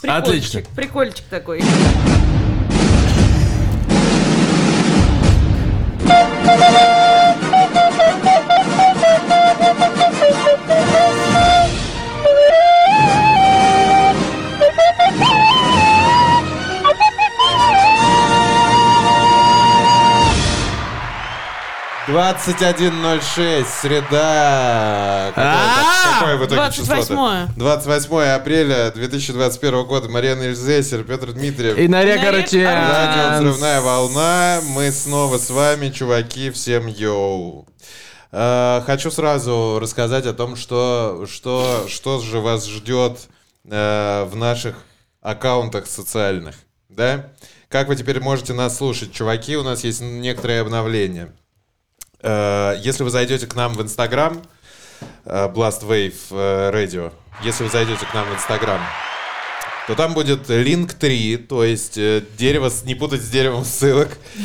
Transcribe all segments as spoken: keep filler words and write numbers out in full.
Отлично. Прикольчик такой. двадцать один ноль шесть, среда. Какое, какое в итоге двадцать восьмое. число-то? двадцать восьмое апреля две тысячи двадцать первого года. Марьяна Ильзесер, Петр Дмитриев. И Нарек Нарек Арутюнян. Радио «Взрывная волна». Мы снова с вами, чуваки. Всем йоу. Э, хочу сразу рассказать о том, что, что, что же вас ждет э, в наших аккаунтах социальных. Да? Как вы теперь можете нас слушать, чуваки? У нас есть некоторые обновления. Если вы зайдете к нам в Инстаграм, Blast Wave Radio, если вы зайдете к нам в Инстаграм, то там будет линк три, то есть дерево, не путать с деревом ссылок.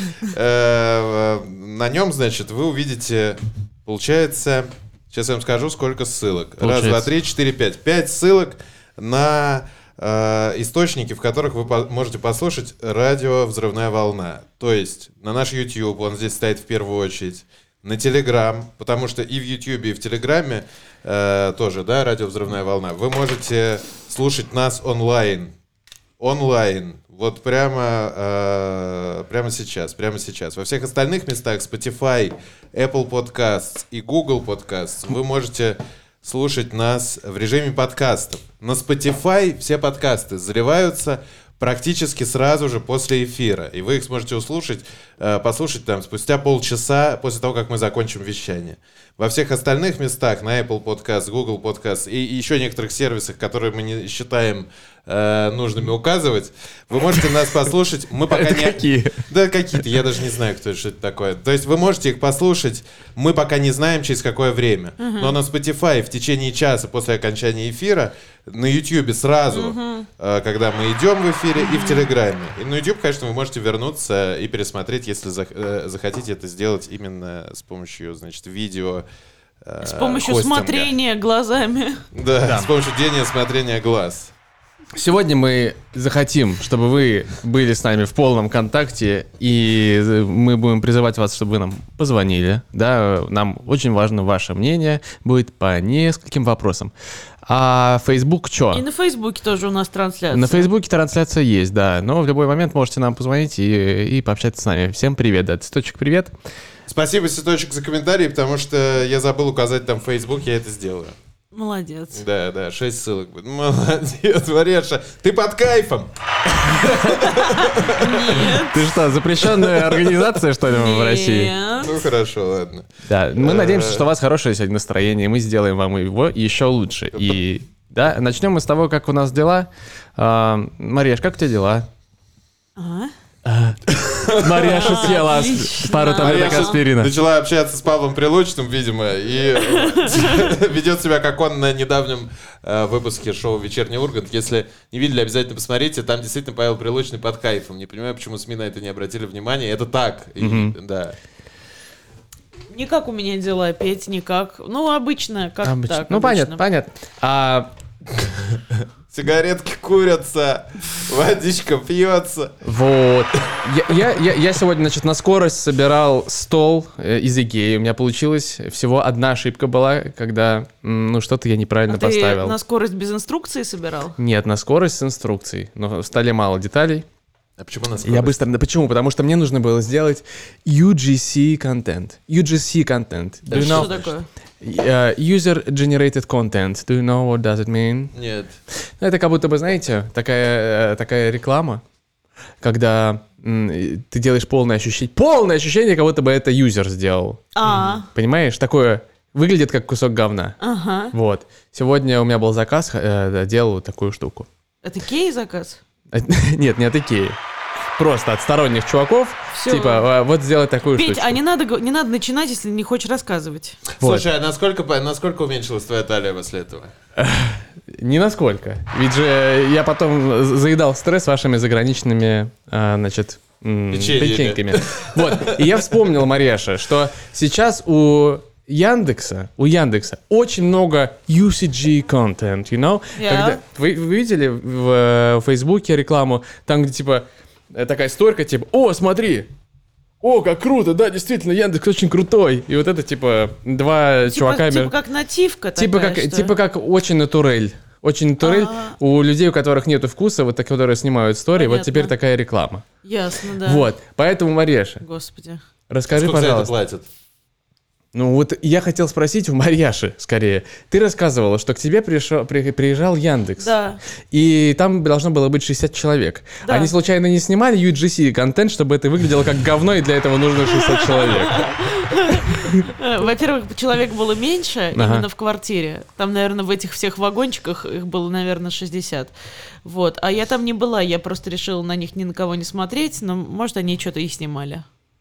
На нем, значит, вы увидите, получается, сейчас я вам скажу, сколько ссылок. Получается. Раз, два, три, четыре, пять. Пять ссылок на э, источники, в которых вы по- можете послушать радио «Взрывная волна». То есть на наш YouTube, он здесь стоит в первую очередь, на Telegram, потому что и в YouTube, и в Телеграме э, тоже, да, радио «Взрывная волна». Вы можете слушать нас онлайн. Онлайн. Вот прямо, э, прямо сейчас, прямо сейчас. Во всех остальных местах, Spotify, Apple Podcasts и Google Podcasts, вы можете слушать нас в режиме подкастов. На Spotify все подкасты заливаются практически сразу же после эфира. И вы их сможете услышать, э, послушать там спустя полчаса после того, как мы закончим вещание. Во всех остальных местах, на Apple Podcast, Google Podcast и, и еще некоторых сервисах, которые мы не считаем э, нужными указывать, вы можете нас послушать. Мы пока Это не... какие? Да, какие-то. Я даже не знаю, кто это, что это такое. То есть вы можете их послушать. Мы пока не знаем, через какое время. Uh-huh. Но на Spotify в течение часа после окончания эфира, на YouTube сразу, uh-huh. э, когда мы идем в эфире, uh-huh. и в Телеграме. И на YouTube, конечно, вы можете вернуться и пересмотреть, если зах- э, захотите это сделать именно с помощью, значит, видео. Э, С помощью хостинга. смотрения глазами. Да, Да. с помощью деления смотрения глаз. Сегодня мы захотим, чтобы вы были с нами в полном контакте, и мы будем призывать вас, чтобы вы нам позвонили. Да, нам очень важно ваше мнение, будет по нескольким вопросам. А Facebook что? И на Фейсбуке тоже у нас трансляция. На Фейсбуке трансляция есть, да, но в любой момент можете нам позвонить и, и пообщаться с нами. Всем привет, да, Цветочек, привет. Спасибо, Светочек, за комментарий, потому что я забыл указать там в Facebook, я это сделаю. Молодец. Да, да, шесть ссылок будет. Молодец, Вареша. Ты под кайфом. Ты что, запрещенная организация, что ли, в России? Нет. Ну, хорошо, ладно. Да, мы надеемся, что у вас хорошее сегодня настроение, и мы сделаем вам его еще лучше. И да, начнем мы с того, как у нас дела. А, Марьяш, как у тебя дела? А? Марьяша съела Отлично. пару таблеток Марьяша аспирина. начала общаться с Павлом Прилучным, видимо, и ведет себя, как он на недавнем э, выпуске шоу «Вечерний Ургант». Если не видели, обязательно посмотрите. Там действительно Павел Прилучный под кайфом. Не понимаю, почему СМИ на это не обратили внимания. Это так. И, Мгм. да. Никак у меня дела, Петь, никак. Ну, обычно, как Обычно. так. Ну, обычно. понятно, понятно. А, Сигаретки курятся, водичка пьется. вот. Я, я, я, я сегодня, значит, на скорость собирал стол э, из Икеи. У меня получилось всего одна ошибка была, когда, м, ну, что-то я неправильно А ты поставил. на скорость без инструкции собирал? Нет, на скорость с инструкцией. Но в столе мало деталей. А почему нас Я быстро... Да почему? Потому что мне нужно было сделать ю джи си контент. ю джи си контент. Do you Что know? такое? Uh, User-generated content. Do you know what does it mean? Нет. Ну, это как будто бы, знаете, такая, э, такая реклама, когда м, и ты делаешь полное ощущение, полное ощущение, как будто бы это юзер сделал. А, Понимаешь? Такое выглядит как кусок говна. ага. Вот. Сегодня у меня был заказ, э, делал такую штуку. Это кей заказ? Нет, не от Икеи. Просто от сторонних чуваков. Всё. Типа, а, вот сделать такую Петь, штучку. а не надо, го- не надо начинать, если не хочешь рассказывать. Вот. Слушай, а насколько, по- насколько уменьшилась твоя талия после этого? Не насколько. Ведь же я потом заедал стресс вашими заграничными, а, значит, м, Печеньями. печеньками. Вот. И я вспомнил, Марьяша, что сейчас у Яндекса, у Яндекса очень много ю си джи content, you know? Yeah. Когда, вы, вы видели в, в Фейсбуке рекламу, там, где, типа, такая сторка, типа, о, смотри, о, как круто, да, действительно, Яндекс очень крутой. И вот это, типа, два Типа, чувака... типа как нативка Типа такая, как, что? типа как очень натурель. Очень натурель. Ага. У людей, у которых нету вкуса, вот так, которые снимают истории, вот Понятно. теперь такая реклама. Ясно, да. Вот, поэтому, Марьяша, Господи. расскажи, Сколько пожалуйста. за это платят? Ну вот я хотел спросить у Марьяши, скорее. Ты рассказывала, что к тебе пришел, при- приезжал Яндекс. Да. И там должно было быть шестьдесят человек. Да. Они случайно не снимали ю джи си контент, чтобы это выглядело как говно, и для этого нужно шестьдесят человек? Э, Во-первых, человек было меньше Ага. именно в квартире. Там, наверное, в этих всех вагончиках их было, наверное, шестьдесят. Вот. А я там не была, я просто решила на них ни на кого не смотреть, но, может, они что-то и снимали.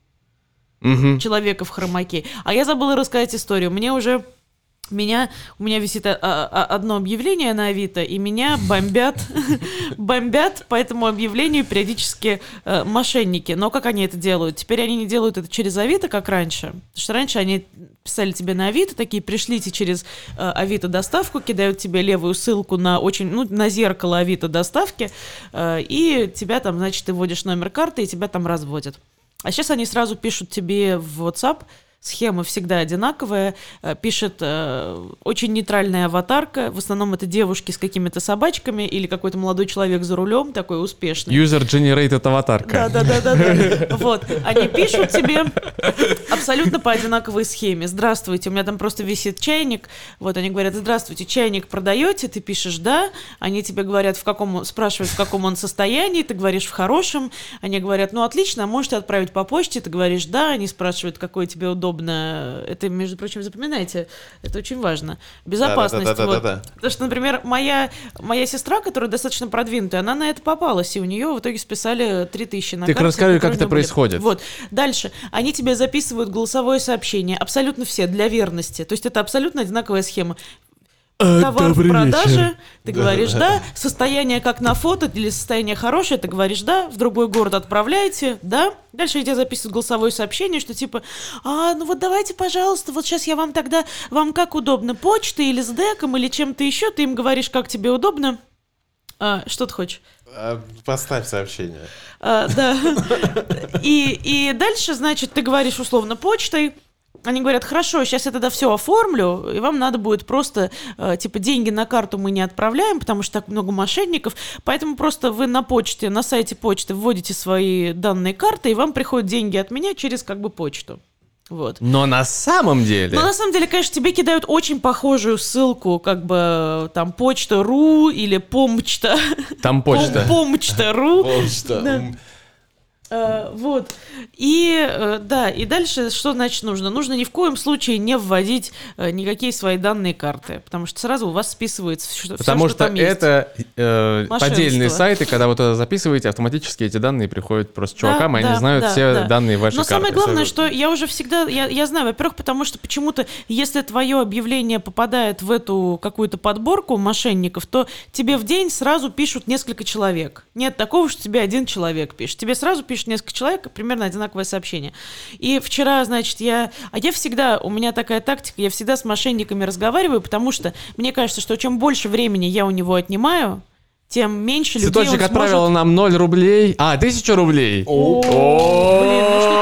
Мгм. Человека в хромаке. А я забыла рассказать историю. Мне уже... Меня, у меня висит а, а, одно объявление на Авито, и меня бомбят, бомбят по этому объявлению периодически э, мошенники. Но как они это делают? Теперь они не делают это через Авито, как раньше. Потому что раньше они писали тебе на Авито, такие, пришлите через э, Авито доставку, кидают тебе левую ссылку на очень, ну, на зеркало Авито доставки, э, и тебя там, значит, ты вводишь номер карты, и тебя там разводят. А сейчас они сразу пишут тебе в WhatsApp, схема всегда одинаковая, э, пишет э, очень нейтральная аватарка, в основном это девушки с какими-то собачками или какой-то молодой человек за рулем, такой успешный. User-generated аватарка. Да, да, да, да, да. Вот. Они пишут тебе абсолютно по одинаковой схеме. Здравствуйте, у меня там просто висит чайник. Вот они говорят: здравствуйте, чайник продаете? Ты пишешь да. Они тебе говорят, в каком, спрашивают, в каком он состоянии. Ты говоришь в хорошем. Они говорят: ну отлично, можете отправить по почте. Ты говоришь да. Они спрашивают, какое тебе удобно. Это, между прочим, запоминайте. Это очень важно. Безопасность. Да-да-да-да-да-да. Вот. Потому что, например, моя, моя сестра, которая достаточно продвинутая, она на это попалась, и у нее в итоге списали три тысячи на Так карте, расскажи, которые как это у неё были. происходит. Вот. Дальше. Они тебе записывают голосовое сообщение, абсолютно все, для верности. То есть это абсолютно одинаковая схема. Товар в продаже, ты говоришь да. Состояние как на фото или состояние хорошее, ты говоришь да. В другой город отправляете, да. Дальше они тебе записывают голосовое сообщение, что типа, а, ну вот давайте, пожалуйста, вот сейчас я вам тогда, вам как удобно, почтой или с деком или чем-то еще, ты им говоришь, как тебе удобно. А, что ты хочешь? А, Поставь сообщение. А, да. И, и дальше, значит, ты говоришь условно почтой. Они говорят: хорошо, сейчас я тогда все оформлю, и вам надо будет просто, э, типа, деньги на карту мы не отправляем, потому что так много мошенников, поэтому просто вы на почте, на сайте почты вводите свои данные карты, и вам приходят деньги от меня через, как бы, почту. Вот. Но на самом деле... Но на самом деле, конечно, тебе кидают очень похожую ссылку, как бы, там, почта.ру или помчта. Там почта. Помчта.ру. Почта. Да. М. Э, вот. И, э, да, и дальше что, значит, нужно? Нужно ни в коем случае не вводить э, никакие свои данные карты, потому что сразу у вас списывается все, Потому что что там есть. это э, Мошенничество. поддельные сайты, когда вы туда записываете, автоматически эти данные приходят просто чувакам, Да, и они да, знают да, все да. данные вашей Но карты. самое главное, что я уже всегда, я, я знаю, во-первых, потому что почему-то, если твое объявление попадает в эту какую-то подборку мошенников, то тебе в день сразу пишут несколько человек. Нет такого, что тебе один человек пишет. Тебе сразу пишут несколько человек, примерно одинаковое сообщение. И вчера, значит, я... А я всегда, у меня такая тактика, я всегда с мошенниками разговариваю, потому что мне кажется, что чем больше времени я у него отнимаю, тем меньше людей Цветочек он отправила сможет... нам ноль рублей. А, тысячу рублей. О, блин, ну что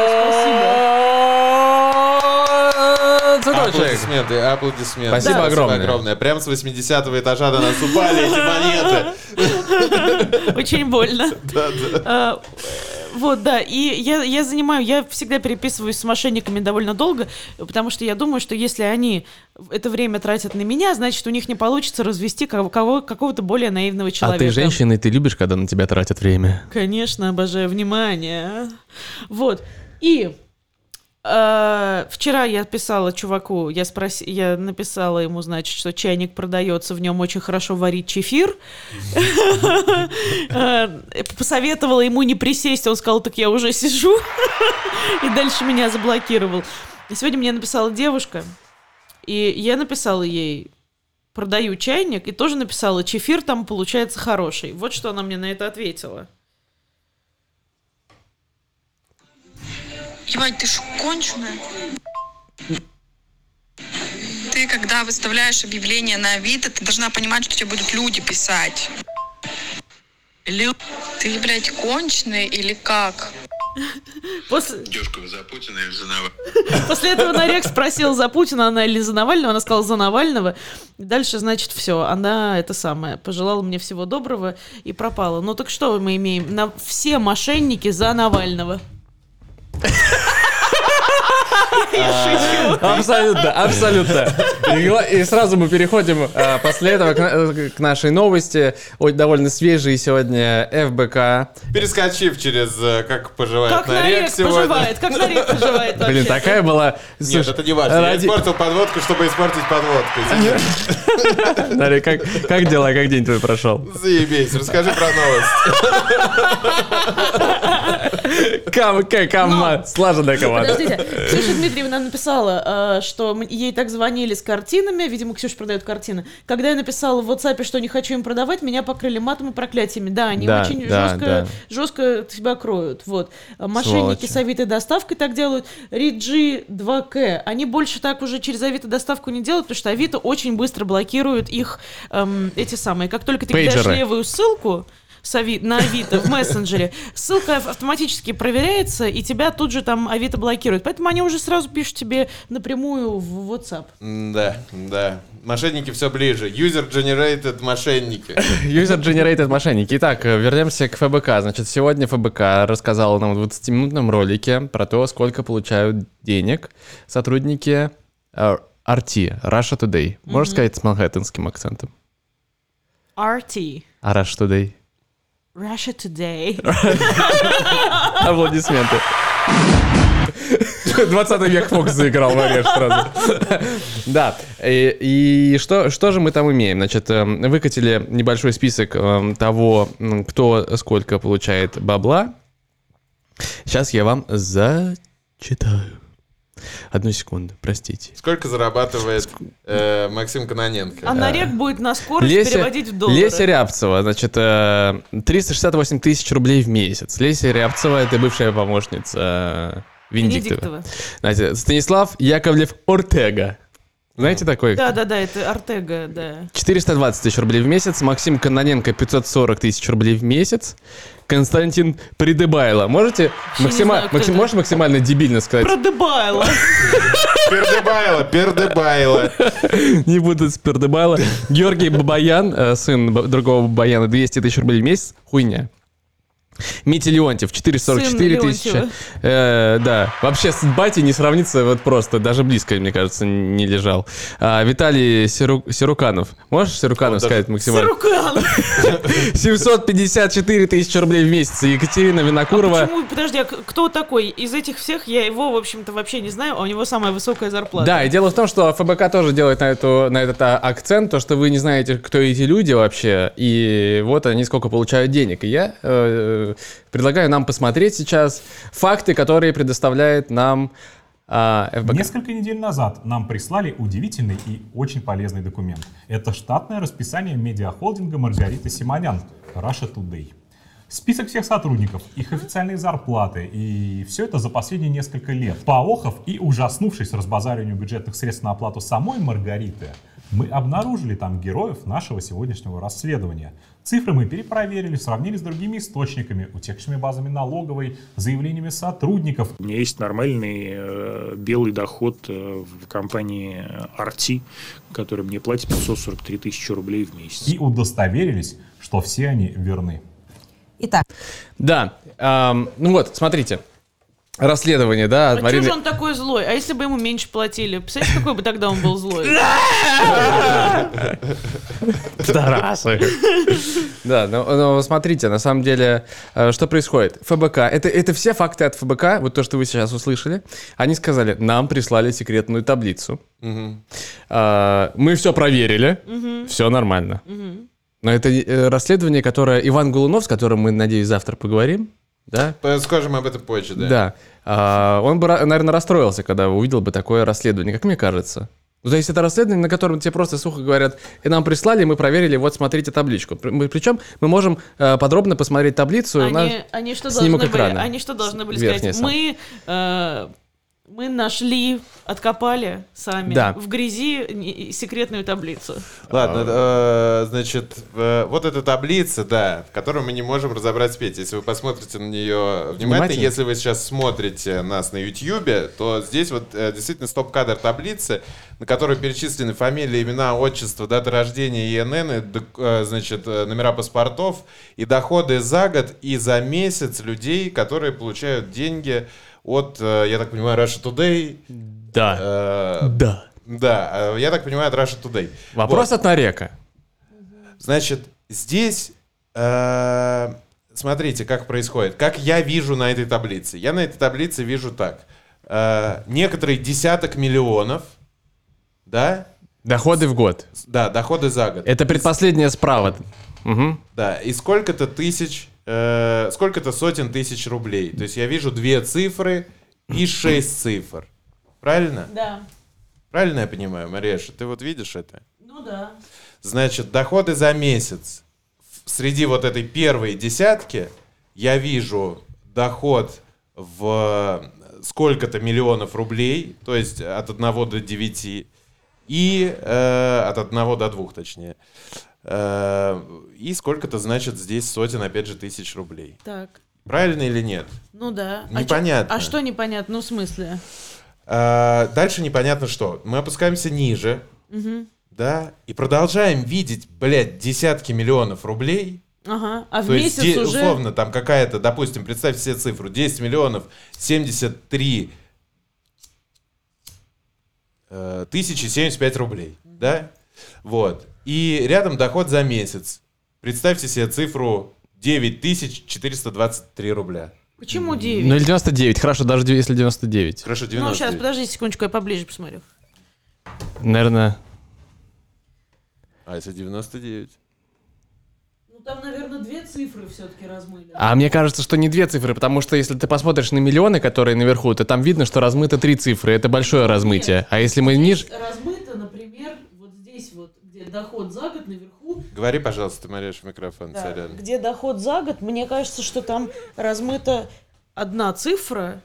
такое? Спасибо. Цветочек. Аплодисменты, аплодисменты. Спасибо Да, огромное. огромное. Прям с восьмидесятого этажа до нас упали эти монеты. Очень больно. Да, да. А, Вот, да, и я, я занимаю, я всегда переписываюсь с мошенниками довольно долго, потому что я думаю, что если они это время тратят на меня, значит, у них не получится развести кого, кого, какого-то более наивного А человека. ты женщина, и ты любишь, когда на тебя тратят время? Конечно, обожаю внимание. Вот, и... Uh, вчера я писала чуваку, я, спрос... я написала ему, значит, что чайник продается, в нем очень хорошо варить чефир. Посоветовала ему не присесть, он сказал: так я уже сижу. И дальше меня заблокировал. И сегодня мне написала девушка, и я написала ей: продаю чайник, и тоже написала: чефир там получается хороший. Вот что она мне на это ответила. Ебать, ты ж конченая. ты, когда выставляешь объявление на Авито, ты должна понимать, что тебе будут люди писать. Лю... Ты, блядь, конченый или как? После... Девушка, вы за Путина или за Навального? После этого Нарек спросил, за Путина она или за Навального. Она сказала, за Навального. Дальше, значит, все. Она это самое. Пожелала мне всего доброго и пропала. Ну так что мы имеем? На... Все мошенники за Навального. Абсолютно, абсолютно. И, и сразу мы переходим а, после этого к, к нашей новости. Ой, довольно свежие сегодня эф бэ ка. Перескочив через как поживает Как Нарек Нарек сегодня. поживает, как Нарек поживает вообще. Блин, такая была... Нет, Слушай, это не важно. ради- Я испортил подводку, чтобы испортить подводку. Извини. Нарек, как, как дела, как день твой прошел? Заебись, расскажи про новость. Кам, как, команда, слаженная команда. Подождите, Ксюша Дмитриевна написала, э, что м- ей так звонили с картинами, видимо, Ксюша продает картины. Когда я написала в WhatsApp, что не хочу им продавать, меня покрыли матом и проклятиями. Да, они Да, очень да, жестко, да. жестко тебя кроют. Вот. А Мошенники Сволочи. с Авито доставкой так делают. Риджи два ка, они больше так уже через Авито доставку не делают, потому что Авито очень быстро блокирует их, эм, эти самые. Как только ты Пейджеры. кидаешь левую ссылку, с Ави- на Авито в мессенджере, ссылка автоматически проверяется, и тебя тут же там Авито блокирует. Поэтому они уже сразу пишут тебе напрямую в WhatsApp. Да, да. Мошенники все ближе. User-generated мошенники. User-generated мошенники. Итак, вернемся к эф бэ ка. Значит, сегодня эф бэ ка рассказала нам в двадцатиминутном ролике про то, сколько получают денег сотрудники э, ар ти, Russia Today. Можешь сказать с манхэттенским акцентом? ар ти. А Russia Today? Russia Today. Аплодисменты. двадцатый век Фокс заиграл, Мареш, сразу. Да, и, и что, что же мы там имеем? Значит, э, выкатили небольшой список э, того, м, кто сколько получает бабла. Сейчас я вам зачитаю. Одну секунду, простите. Сколько зарабатывает э, Максим Кононенко? А Нарек будет на скорость Леся, переводить в доллары. Леся Рябцева, значит, э, триста шестьдесят восемь тысяч рублей в месяц. Леся Рябцева — это бывшая помощница э, Венедиктова. Венедиктова. Знаете, Станислав Яковлев Ортега. Знаете такой? Да-да-да, это Артега, да. четыреста двадцать тысяч рублей в месяц. Максим Кононенко пятьсот сорок тысяч рублей в месяц. Константин Придыбайло. Можете, не максима- знаю, кто максим- это. можешь максимально дебильно сказать? Продыбайло. Пердебайло, пердебайло. Не буду с Придыбайло. Георгий Бабаян, э, сын б- другого Бабаяна, двести тысяч рублей в месяц. Хуйня. Митя Леонтьев, четыреста сорок четыре Сын тысячи. Леонтьева. Э, да, вообще с батей не сравнится вот просто, даже близко, мне кажется, не лежал. А, Виталий Сиру- Сируканов. Можешь Сируканов Он сказать максимально? Сарукан. семьсот пятьдесят четыре тысячи рублей в месяц. Екатерина Винокурова. Почему? Подожди, а к- кто такой? Из этих всех я его, в общем-то, вообще не знаю, а у него самая высокая зарплата. Да, и дело в том, что эф бэ ка тоже делает на, эту, на этот а, акцент, то, что вы не знаете, кто эти люди вообще, и вот они сколько получают денег. И я э, предлагаю нам посмотреть сейчас факты, которые предоставляет нам а, эф бэ ка. Несколько недель назад нам прислали удивительный и очень полезный документ. Это штатное расписание медиахолдинга Маргариты Симонян, Russia Today. Список всех сотрудников, их официальные зарплаты, и все это за последние несколько лет. Поохов и ужаснувшись разбазариванию бюджетных средств на оплату самой Маргариты, мы обнаружили там героев нашего сегодняшнего расследования. Цифры мы перепроверили, сравнили с другими источниками, утекшими базами налоговой, заявлениями сотрудников. У меня есть нормальный э, белый доход э, в компании ар ти, который мне платит пятьсот сорок три тысячи рублей в месяц. И удостоверились, что все они верны. Итак, Да, ам, ну вот, смотрите. Расследование, да, от А Марины... чё же он такой злой? А если бы ему меньше платили? Представляете, какой бы тогда он был злой? Пидорасы. Да, но, но смотрите, на самом деле, э, что происходит? эф бэ ка, это, это все факты от эф бэ ка, вот то, что вы сейчас услышали. Они сказали, нам прислали секретную таблицу. А, мы все проверили, все нормально. Но это э, расследование, которое Иван Голунов, с которым мы, надеюсь, завтра поговорим, да? Скажем об этом позже, да. Да. А, он бы, наверное, расстроился, когда увидел бы такое расследование, как мне кажется. Ну, то есть это расследование, на котором тебе просто сухо говорят, и нам прислали, мы проверили, вот смотрите табличку. При- Причем мы можем э, подробно посмотреть таблицу. на Они, они что снимок должны были, экрана. они что должны были Верхний сказать? сам. Мы э, Мы нашли, откопали сами Да. в грязи не- секретную таблицу. Ладно, э, значит, э, вот эта таблица, да, в которой мы не можем разобрать спеть. Если вы посмотрите на нее внимательно, Внимательно? если вы сейчас смотрите нас на Ютьюбе, то здесь вот э, действительно стоп-кадр таблицы, на которой перечислены фамилии, имена, отчество, дата рождения, ИНН, док- э, значит, э, номера паспортов и доходы за год и за месяц людей, которые получают деньги от, э, я так понимаю, Russia Today. Да. э, Да. Да, э, я так понимаю, от Russia Today. Вопрос Вот. от Нарека. Значит, здесь, э, смотрите, как происходит. Как я вижу на этой таблице. Я на этой таблице вижу так. Э, некоторые десяток миллионов, да? Доходы в год. Да, доходы за год. Это предпоследняя справа. Угу. Да, и сколько-то тысяч, э, сколько-то сотен тысяч рублей. То есть я вижу две цифры и шесть цифр. Правильно? Да. Правильно я понимаю, Мареша? Ты вот видишь это? Ну да. Значит, доходы за месяц. В- Среди вот этой первой десятки я вижу доход в сколько-то миллионов рублей, то есть от одного до девяти, и э, от одного до двух, точнее. Э, и сколько-то, значит, здесь сотен, опять же, тысяч рублей. Так. Правильно или нет? Ну да. А чё- Непонятно. А что непонятно? Ну, в смысле? Э, дальше непонятно что. Мы опускаемся ниже, да, и продолжаем видеть, блядь, десятки миллионов рублей. Ага. А в То есть, месяц де- уже... условно, там какая-то, допустим, представьте себе цифру, десять миллионов семьдесят три э, тысячи семьдесят пять рублей, да? Вот. И рядом доход за месяц. Представьте себе цифру девять тысяч четыреста двадцать три рубля. Почему девять? Ну или девяносто девять. Хорошо, даже если девяносто девять. Хорошо, Ну, девяносто сейчас, девять. подожди секундочку, я поближе посмотрю. Наверное. А если девяносто девять? Ну, там, наверное, две цифры все-таки размыли. А мне кажется, что не две цифры, потому что если ты посмотришь на миллионы, которые наверху, то там видно, что размыто три цифры. Это большое размытие. Нет. А если мы ниже... Размыто, например, вот здесь вот, где доход за год наверху, Говори, пожалуйста, Мареш, в микрофон, да, сорян. где доход за год, мне кажется, что там размыта одна цифра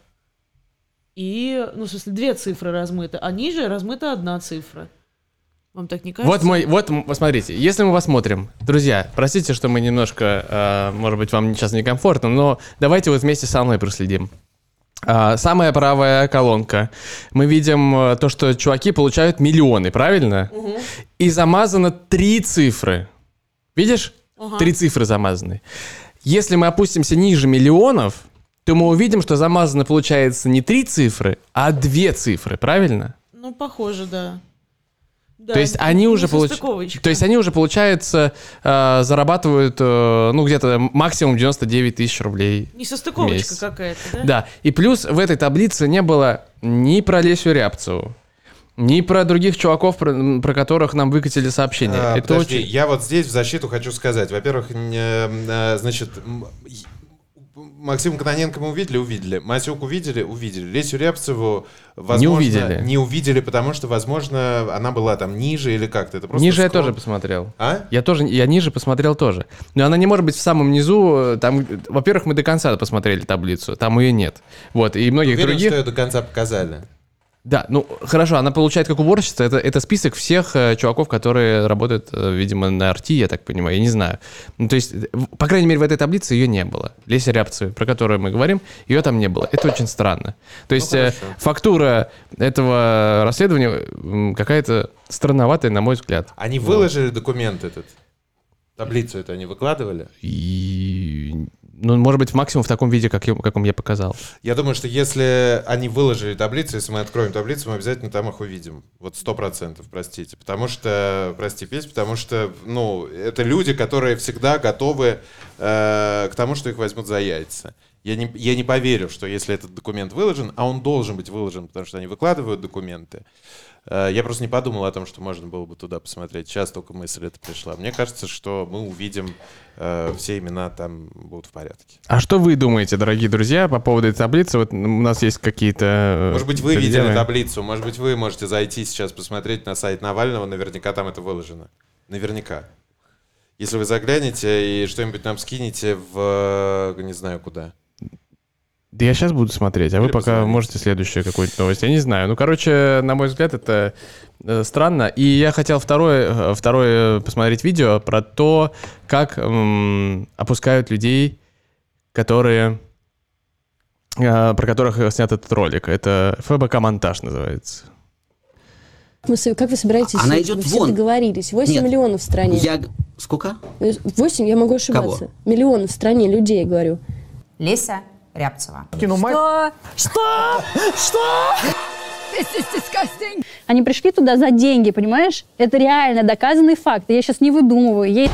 и, ну, в смысле, две цифры размыты, а ниже размыта одна цифра. Вам так не кажется? Вот мой, вот, м, посмотрите, если мы посмотрим, друзья, простите, что мы немножко, э, может быть, вам сейчас некомфортно, но давайте вот вместе со мной проследим. А, самая правая колонка. Мы видим э, то, что чуваки получают миллионы, правильно? И замазано три цифры. Видишь? Ага. Три цифры замазаны. Если мы опустимся ниже миллионов, то мы увидим, что замазано получается не три цифры, а две цифры, правильно? Ну, похоже, да. Да, То есть они уже получ... несостыковочка. То есть они уже, получается, э, зарабатывают, э, ну, где-то максимум девяносто девять тысяч рублей. Несостыковочка месяц. какая-то, да? Да, и плюс в этой таблице не было ни про Лесю Рябцеву, ни про других чуваков, про, про которых нам выкатили сообщения. А, Это подожди, очень... я вот здесь в защиту хочу сказать. Во-первых, не, э, значит, м, и- Максима Кононенко мы увидели, увидели. Масюк увидели, увидели. Лесю Рябцеву, возможно, Не увидели. не увидели, потому что, возможно, она была там ниже или как-то. Это просто Ниже я склон- тоже посмотрел. А? Я тоже, я ниже посмотрел тоже. Но она не может быть в самом низу. Там, во-первых, мы до конца посмотрели таблицу, там ее нет. Вот, и многих Уверен, других... что ее до конца показали. Да, ну хорошо, она получает как уборщица. Это, это список всех э, чуваков, которые работают, э, видимо, на Арти, я так понимаю, я не знаю. Ну, то есть, в- по крайней мере, в этой таблице ее не было. Леся Рябцевой, про которую мы говорим, ее там не было. Это очень странно. То есть, э, хорошо. фактура этого расследования м, какая-то странноватая, на мой взгляд. Они выложили документ этот? Таблицу это они выкладывали? И, ну, может быть, максимум в таком виде, как я, каком я показал. Я думаю, что если они выложили таблицу, если мы откроем таблицу, мы обязательно там их увидим. Вот сто процентов, простите. Потому что, прости, Петь, потому что, ну, это люди, которые всегда готовы э, к тому, что их возьмут за яйца. Я не, я не поверю, что если этот документ выложен, а он должен быть выложен, потому что они выкладывают документы, э, я просто не подумал о том, что можно было бы туда посмотреть. Сейчас только мысль эта пришла. Мне кажется, что мы увидим, э, все имена там будут в порядке. А что вы думаете, дорогие друзья, по поводу этой таблицы? Вот у нас есть какие-то... э, Может быть, вы видели пределы. таблицу, может быть, вы можете зайти сейчас посмотреть на сайт Навального, наверняка там это выложено. Наверняка. Если вы заглянете и что-нибудь нам скинете в... не знаю куда. Да я сейчас буду смотреть, а Или вы пока посмотрите. можете следующую какую-нибудь новость. Я не знаю. Ну, короче, на мой взгляд, это э, странно. И я хотел второе, второе посмотреть видео про то, как м, опускают людей, которые... э, про которых снят этот ролик. Это ФБК-монтаж называется. Мы с- как вы собираетесь? Она жить? идет Вы все вон. договорились. восемь Нет. миллионов в стране. Я... Сколько? восемь, я могу ошибаться. Кого? Миллионов в стране людей, говорю. Леся Рябцева. Они пришли туда за деньги, понимаешь? Это реально доказанный факт. Я сейчас не выдумываю. Ей...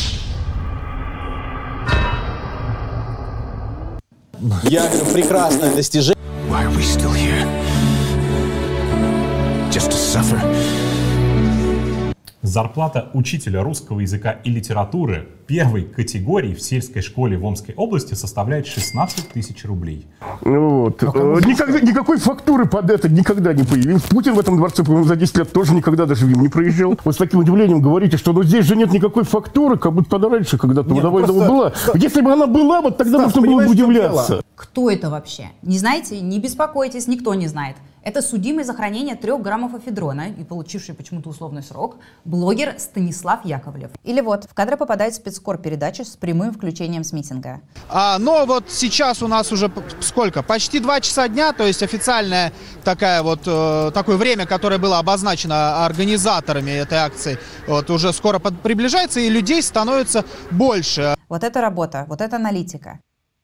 Я говорю, прекрасное достижение. Зарплата учителя русского языка и литературы первой категории в сельской школе в Омской области составляет шестнадцать тысяч рублей. Вот. Э, Никогда, никакой фактуры под это никогда не появилось. Путин в этом дворце, по-моему, за десять лет тоже никогда даже не проезжал. Вот с таким удивлением говорите, что ну здесь же нет никакой фактуры, как будто она раньше когда-то Нет, давай просто- была. Если бы она была, вот тогда Стас, можно было бы понимаешь, в чем удивляться. дело? Кто это вообще? Не знаете? Не беспокойтесь, никто не знает. Это судимый за хранение трех граммов эфедрона и получивший почему-то условный срок блогер Станислав Яковлев. Или вот, в кадры попадает спецкор передачи с прямым включением с митинга. А, но вот сейчас у нас уже п- сколько? Почти два часа дня, то есть официальное такая вот, э, такое время, которое было обозначено организаторами этой акции, вот уже скоро под- приближается, и людей становится больше. Вот это работа, вот это аналитика.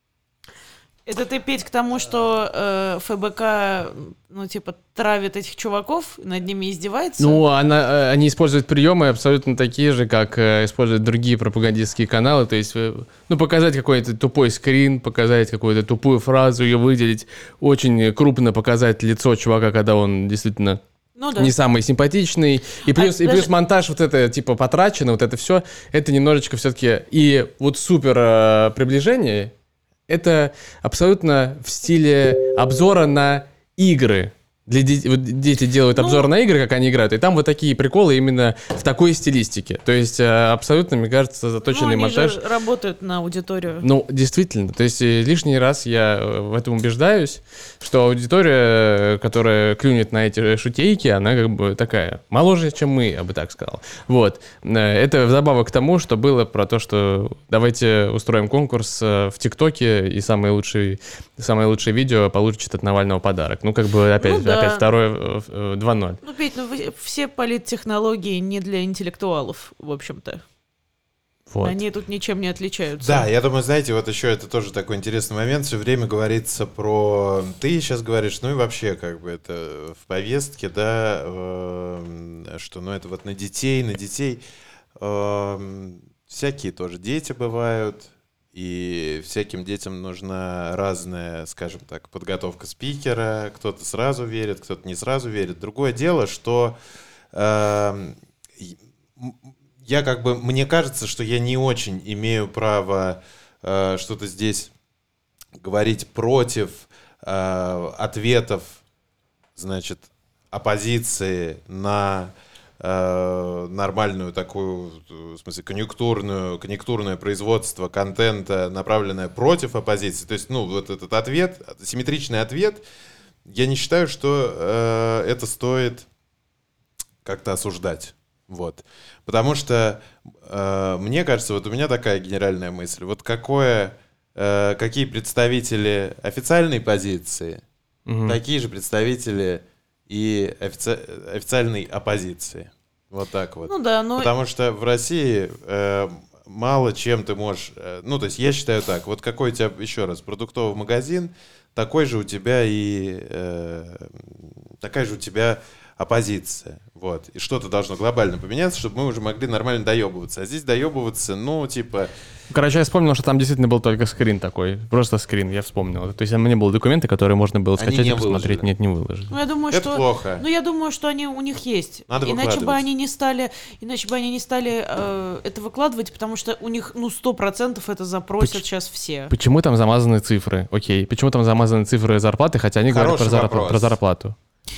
Это ты, Петь, к тому, что э, ФБК, ну, типа, травит этих чуваков, над ними издевается? Ну, она, они используют приемы абсолютно такие же, как э, используют другие пропагандистские каналы. То есть, э, ну, показать какой-то тупой скрин, показать какую-то тупую фразу, ее выделить, очень крупно показать лицо чувака, когда он действительно Ну да. не самый симпатичный. И плюс, А и плюс даже- монтаж вот это, типа, потрачено, вот это все, это немножечко все-таки... И вот супер э, приближение, это абсолютно в стиле обзора на игры. Для детей, вот дети делают обзор на игры, как они играют, и там вот такие приколы именно в такой стилистике. То есть э, абсолютно, мне кажется, Ну, заточенный они монтаж. же работают на аудиторию. Ну, действительно. То есть э, лишний раз я э, в этом убеждаюсь, что аудитория, э, которая клюнет на эти шутейки, она как бы такая моложе, чем мы, я бы так сказал. Вот. Э, Это вдобавок к тому, что было про то, что давайте устроим конкурс э, в ТикТоке, и самые лучшие, самые лучшие видео получит от Навального подарок. Ну, как бы опять, Ну да. опять второе э, э, два ноль. Ну, Петь, ну вы- все политтехнологии не для интеллектуалов, в общем-то. Вот. Они тут ничем не отличаются. Да, я думаю, знаете, вот еще это тоже такой интересный момент. Все время говорится про... Ты сейчас говоришь, ну и вообще, как бы это в повестке, да, э, что, ну это вот на детей, на детей. Э, всякие тоже дети бывают, и всяким детям нужна разная, скажем так, подготовка спикера. Кто-то сразу верит, кто-то не сразу верит. Другое дело, что... э, я как бы, мне кажется, что я не очень имею право э, что-то здесь говорить против э, ответов, значит, оппозиции на э, нормальную такую, в смысле, конъюнктурную, конъюнктурное производство контента, направленное против оппозиции. То есть, ну, вот этот ответ, симметричный ответ, я не считаю, что э, это стоит как-то осуждать. Вот. Потому что э, мне кажется, вот у меня такая генеральная мысль. Вот какое, э, какие представители официальной позиции, Мгм. такие же представители и офици- официальной оппозиции. Вот так вот. Ну да, но... Потому что в России э, мало чем ты можешь... э, ну, то есть я считаю так. Вот какой у тебя, еще раз, продуктовый магазин, такой же у тебя и... э, такая же у тебя оппозиция. Вот. И что-то должно глобально поменяться, чтобы мы уже могли нормально доебываться. А здесь доебываться, ну, типа... Короче, я вспомнил, что там действительно был только скрин такой. Просто скрин, я вспомнил. То есть там не было документа, которые можно было Они скачать не и посмотреть. выложили. Нет, не выложили. Ну, я думаю, Это что... плохо. Ну, я думаю, что они у них есть. Надо иначе бы выкладывать. они не стали, иначе бы они не стали э, это выкладывать, потому что у них, ну, сто процентов это запросят Поч- сейчас все. Почему там замазаны цифры? Окей. Почему там замазаны цифры зарплаты, хотя они говорят Хороший про, зарп- вопрос. про зарплату?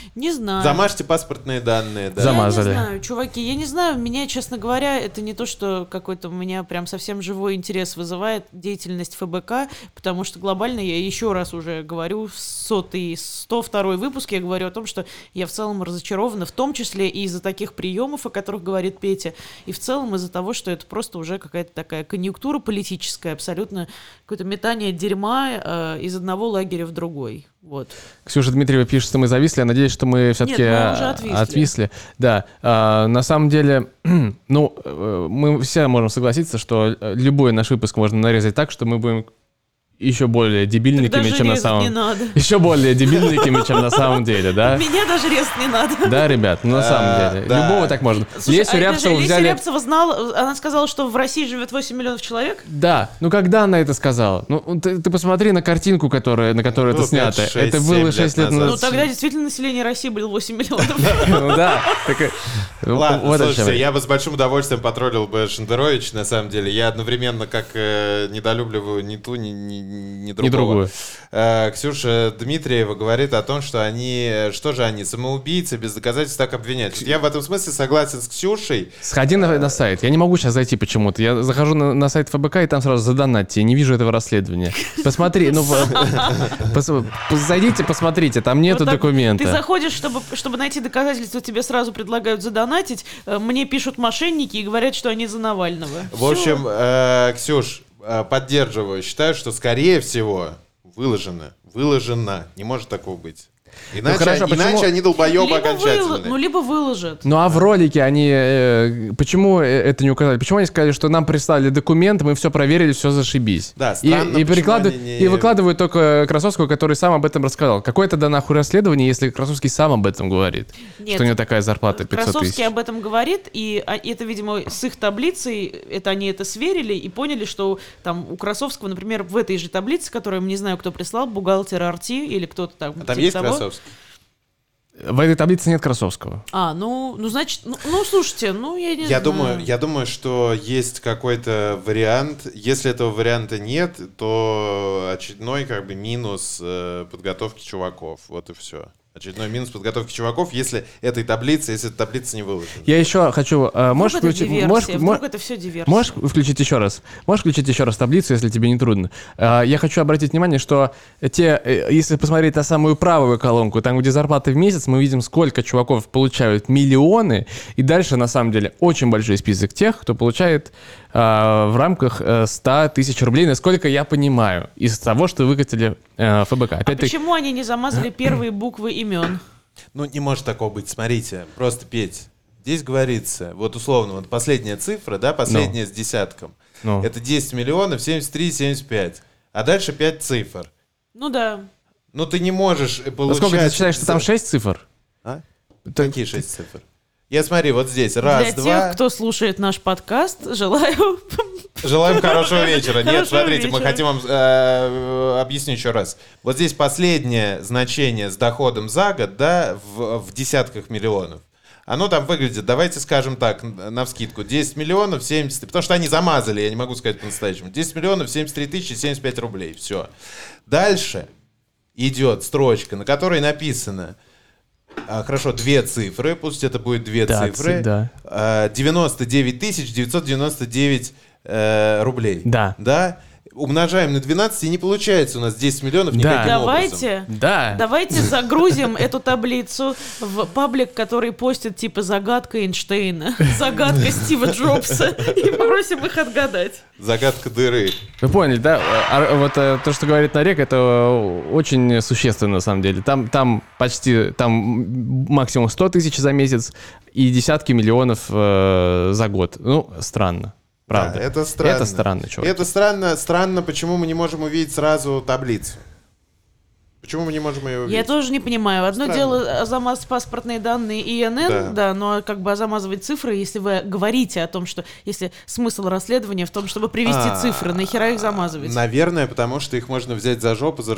Не знаю. Замажьте паспортные данные, да. Замазали. Я не знаю, чуваки, я не знаю, меня, честно говоря, это не то, что какой-то у меня прям совсем живой интерес вызывает деятельность ФБК, потому что глобально я еще раз уже говорю, в сотый, сто второй выпуск я говорю о том, что я в целом разочарована, в том числе и из-за таких приемов, о которых говорит Петя, и в целом из-за того, что это просто уже какая-то такая конъюнктура политическая, абсолютно какое-то метание дерьма э, из одного лагеря в другой. Вот. Ксюша Дмитриева пишет, что мы зависли. Я надеюсь, что мы все-таки Нет, мы уже отвисли. отвисли. Да. А, на самом деле, ну, мы все можем согласиться, что любой наш выпуск можно нарезать так, что мы будем еще более дебильниками, чем на самом деле. Еще более дебильниками, чем на самом деле, да? Меня даже резать не надо. Да, ребят, ну на самом деле. Любого так можно. Лесю Рябцеву взяли... Леся Рябцева знала, она сказала, что в России живет восемь миллионов человек? Да, ну когда она это сказала? Ну ты, ты посмотри на картинку, которая, на которой ну, это снято. Это было шесть лет назад. Ну тогда действительно население России было восемь миллионов. Ну да. Ладно, слушайте, я бы с большим удовольствием потроллил бы Шендерович, на самом деле. Я одновременно как недолюбливаю ни ту, ни ни другого. Не другую. Ксюша Дмитриева говорит о том, что они, что же они, самоубийцы, без доказательств так обвинять. Я в этом смысле согласен с Ксюшей. Сходи на, на сайт. Я не могу сейчас зайти почему-то. Я захожу на, на сайт ФБК и там сразу задонатьте. Я не вижу этого расследования. Посмотри, ну зайдите, посмотрите, там нету документа. Ты заходишь, чтобы, чтобы найти доказательства, тебе сразу предлагают задонатить. Мне пишут мошенники и говорят, что они за Навального. В общем, Ксюш, поддерживаю. Считаю, что скорее всего выложено. Выложено. Не может такого быть. Иначе, ну, хорошо, иначе почему... они долбоебы либо окончательные. Выл... Ну, либо выложат. Ну, а в ролике они... Э, почему это не указали? Почему они сказали, что нам прислали документ, мы все проверили, все зашибись? Да, странно, и, и, перекладывают, не... и выкладывают только Красовского, который сам об этом рассказал. Какое тогда нахуй расследование, если Красовский сам об этом говорит? Нет, что у него такая зарплата пятьсот тысяч. Красовский об этом говорит, и это, видимо, с их таблицей, это они это сверили и поняли, что там у Красовского, например, в этой же таблице, которую не знаю, кто прислал, бухгалтер Арти или кто-то там. А там есть того. Красовский? В этой таблице нет Красовского. А, ну, ну значит, ну, ну слушайте, ну я не я знаю. Думаю, я думаю, что есть какой-то вариант. Если этого варианта нет, то очередной как бы минус э, подготовки чуваков. Вот и все. Очередной минус подготовки чуваков, если этой таблицы, если эта таблица не выложена. Я еще хочу... Э, можешь вдруг включить... Это можешь, вдруг мож, это все диверсия. Можешь включить еще раз? Можешь включить еще раз таблицу, если тебе не трудно? Э, я хочу обратить внимание, что те, э, если посмотреть на самую правую колонку, там, где зарплаты в месяц, мы видим, сколько чуваков получают миллионы, и дальше, на самом деле, очень большой список тех, кто получает э, в рамках э, сто тысяч рублей, насколько я понимаю, из того, что выкатили э, ФБК. А почему они не замазали первые буквы имен? Ну, не может такого быть. Смотрите, просто, Петь, здесь говорится, вот условно, вот последняя цифра, да, последняя no. с десятком, no. это десять миллионов семьдесят три семьдесят пять, а дальше пять цифр. Ну да. Ну, ты не можешь получать... А сколько ты считаешь, что там шесть цифр? А? Какие шесть цифр? Я смотри, вот здесь, раз, Для два... Для тех, кто слушает наш подкаст, желаю... Желаем хорошего вечера. Нет, хорошего смотрите, вечера. мы хотим вам э, объяснить еще раз. Вот здесь последнее значение с доходом за год, да, в, в десятках миллионов. Оно там выглядит, давайте скажем так, навскидку, десять миллионов семьдесят, потому что они замазали, я не могу сказать по-настоящему, десять миллионов семьдесят три тысячи семьдесят пять рублей, все. Дальше идет строчка, на которой написано... А, хорошо, две цифры, пусть это будет две да, цифры. Да. А, девяносто девять тысяч девятьсот девяносто девять э, рублей. Да. Да? Умножаем на двенадцать, и не получается у нас десять миллионов никаким да. давайте, образом. Да. Давайте загрузим эту таблицу в паблик, который постит типа загадка Эйнштейна, загадка Стива Джобса, и попросим их отгадать. Загадка дыры. Вы поняли, да? А, вот а, то, что говорит Нарек, это очень существенно на самом деле. Там, там почти там максимум сто тысяч за месяц и десятки миллионов э, за год. Ну, странно. Правда. Да, это странно. Это странно, чувак. Это странно, странно, почему мы не можем увидеть сразу таблицу. Почему мы не можем ее увидеть? Я тоже не понимаю. Одно Странно. дело замазать паспортные данные и эн эн, да. да, но как бы замазывать цифры, если вы говорите о том, что если смысл расследования в том, чтобы привести а, цифры, нахера их замазывать? Наверное, потому что их можно взять за жопу за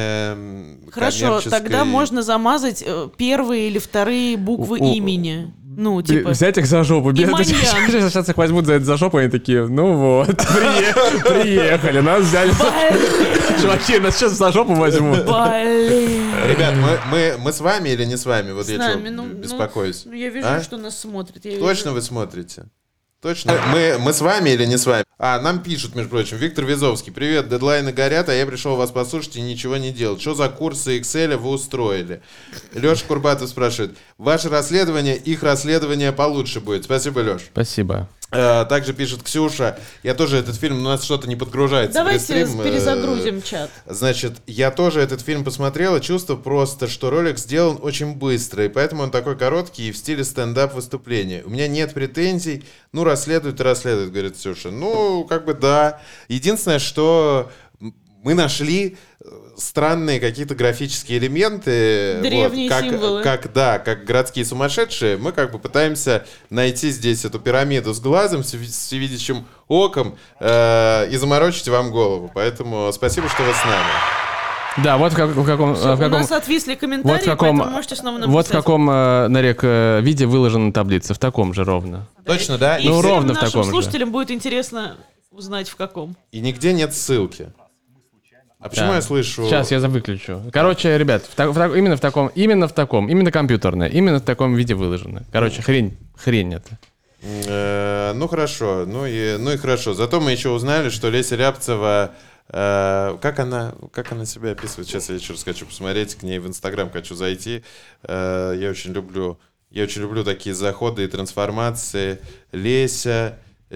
разглашение Хорошо, коммерческой... тогда можно замазать первые или вторые буквы у, имени. Ну, типа... Взять их за жопу. И маньяк. Сейчас их возьмут за это за жопу, и они такие, ну вот, приехали, нас взяли. Чуваки, нас сейчас за жопу возьмут. Блин. Ребят, мы, мы, мы с вами или не с вами? Вот С я нами, чего ну, беспокоюсь. Ну, я вижу, А? что нас смотрят. Я Точно вижу. вы смотрите? Точно? Мы, мы с вами или не с вами? А, нам пишут, между прочим, Виктор Визовский. Привет, дедлайны горят, а я пришел вас послушать и ничего не делать. Что за курсы Excel вы устроили? Леша Курбатов спрашивает. Ваше расследование, их расследование получше будет. Спасибо, Леш. Спасибо. Э, также пишет Ксюша. Я тоже этот фильм, у нас что-то не подгружается. Давайте Престрим, э, перезагрузим чат. Значит, я тоже этот фильм посмотрел, и чувство просто, что ролик сделан очень быстро, и поэтому он такой короткий и в стиле стендап выступления. У меня нет претензий, ну, расследует и расследует, говорит Ксюша. Ну, как бы да. Единственное, что мы нашли странные какие-то графические элементы. Древние вот, как, символы. Как, да, как городские сумасшедшие. Мы как бы пытаемся найти здесь эту пирамиду с глазом, с всевидящим оком э, и заморочить вам голову. Поэтому спасибо, что вы с нами. Да, вот в, как, в каком... Всё, в каком у нас отвисли комментарии, вот в каком, поэтому можете снова написать. Вот в каком, э, Нарек, э, виде выложена таблица. В таком же ровно. Точно, да? И Ну, всем ровно в нашим таком же. слушателям будет интересно узнать, в каком. И нигде нет ссылки. А почему Да. я слышу... Сейчас я выключу. Короче, ребят, в, та- в та- именно в таком, именно в таком, именно компьютерное, именно в таком виде выложено. Короче, хрень, хрень это. Э, ну хорошо, ну и, ну и хорошо. Зато мы еще узнали, что Леся Рябцева, э, как она, как она себя описывает. Сейчас я еще раз хочу посмотреть, к ней в Инстаграм хочу зайти. Э, я очень люблю, я очень люблю такие заходы и трансформации. Леся,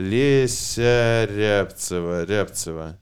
Леся Рябцева, Рябцева.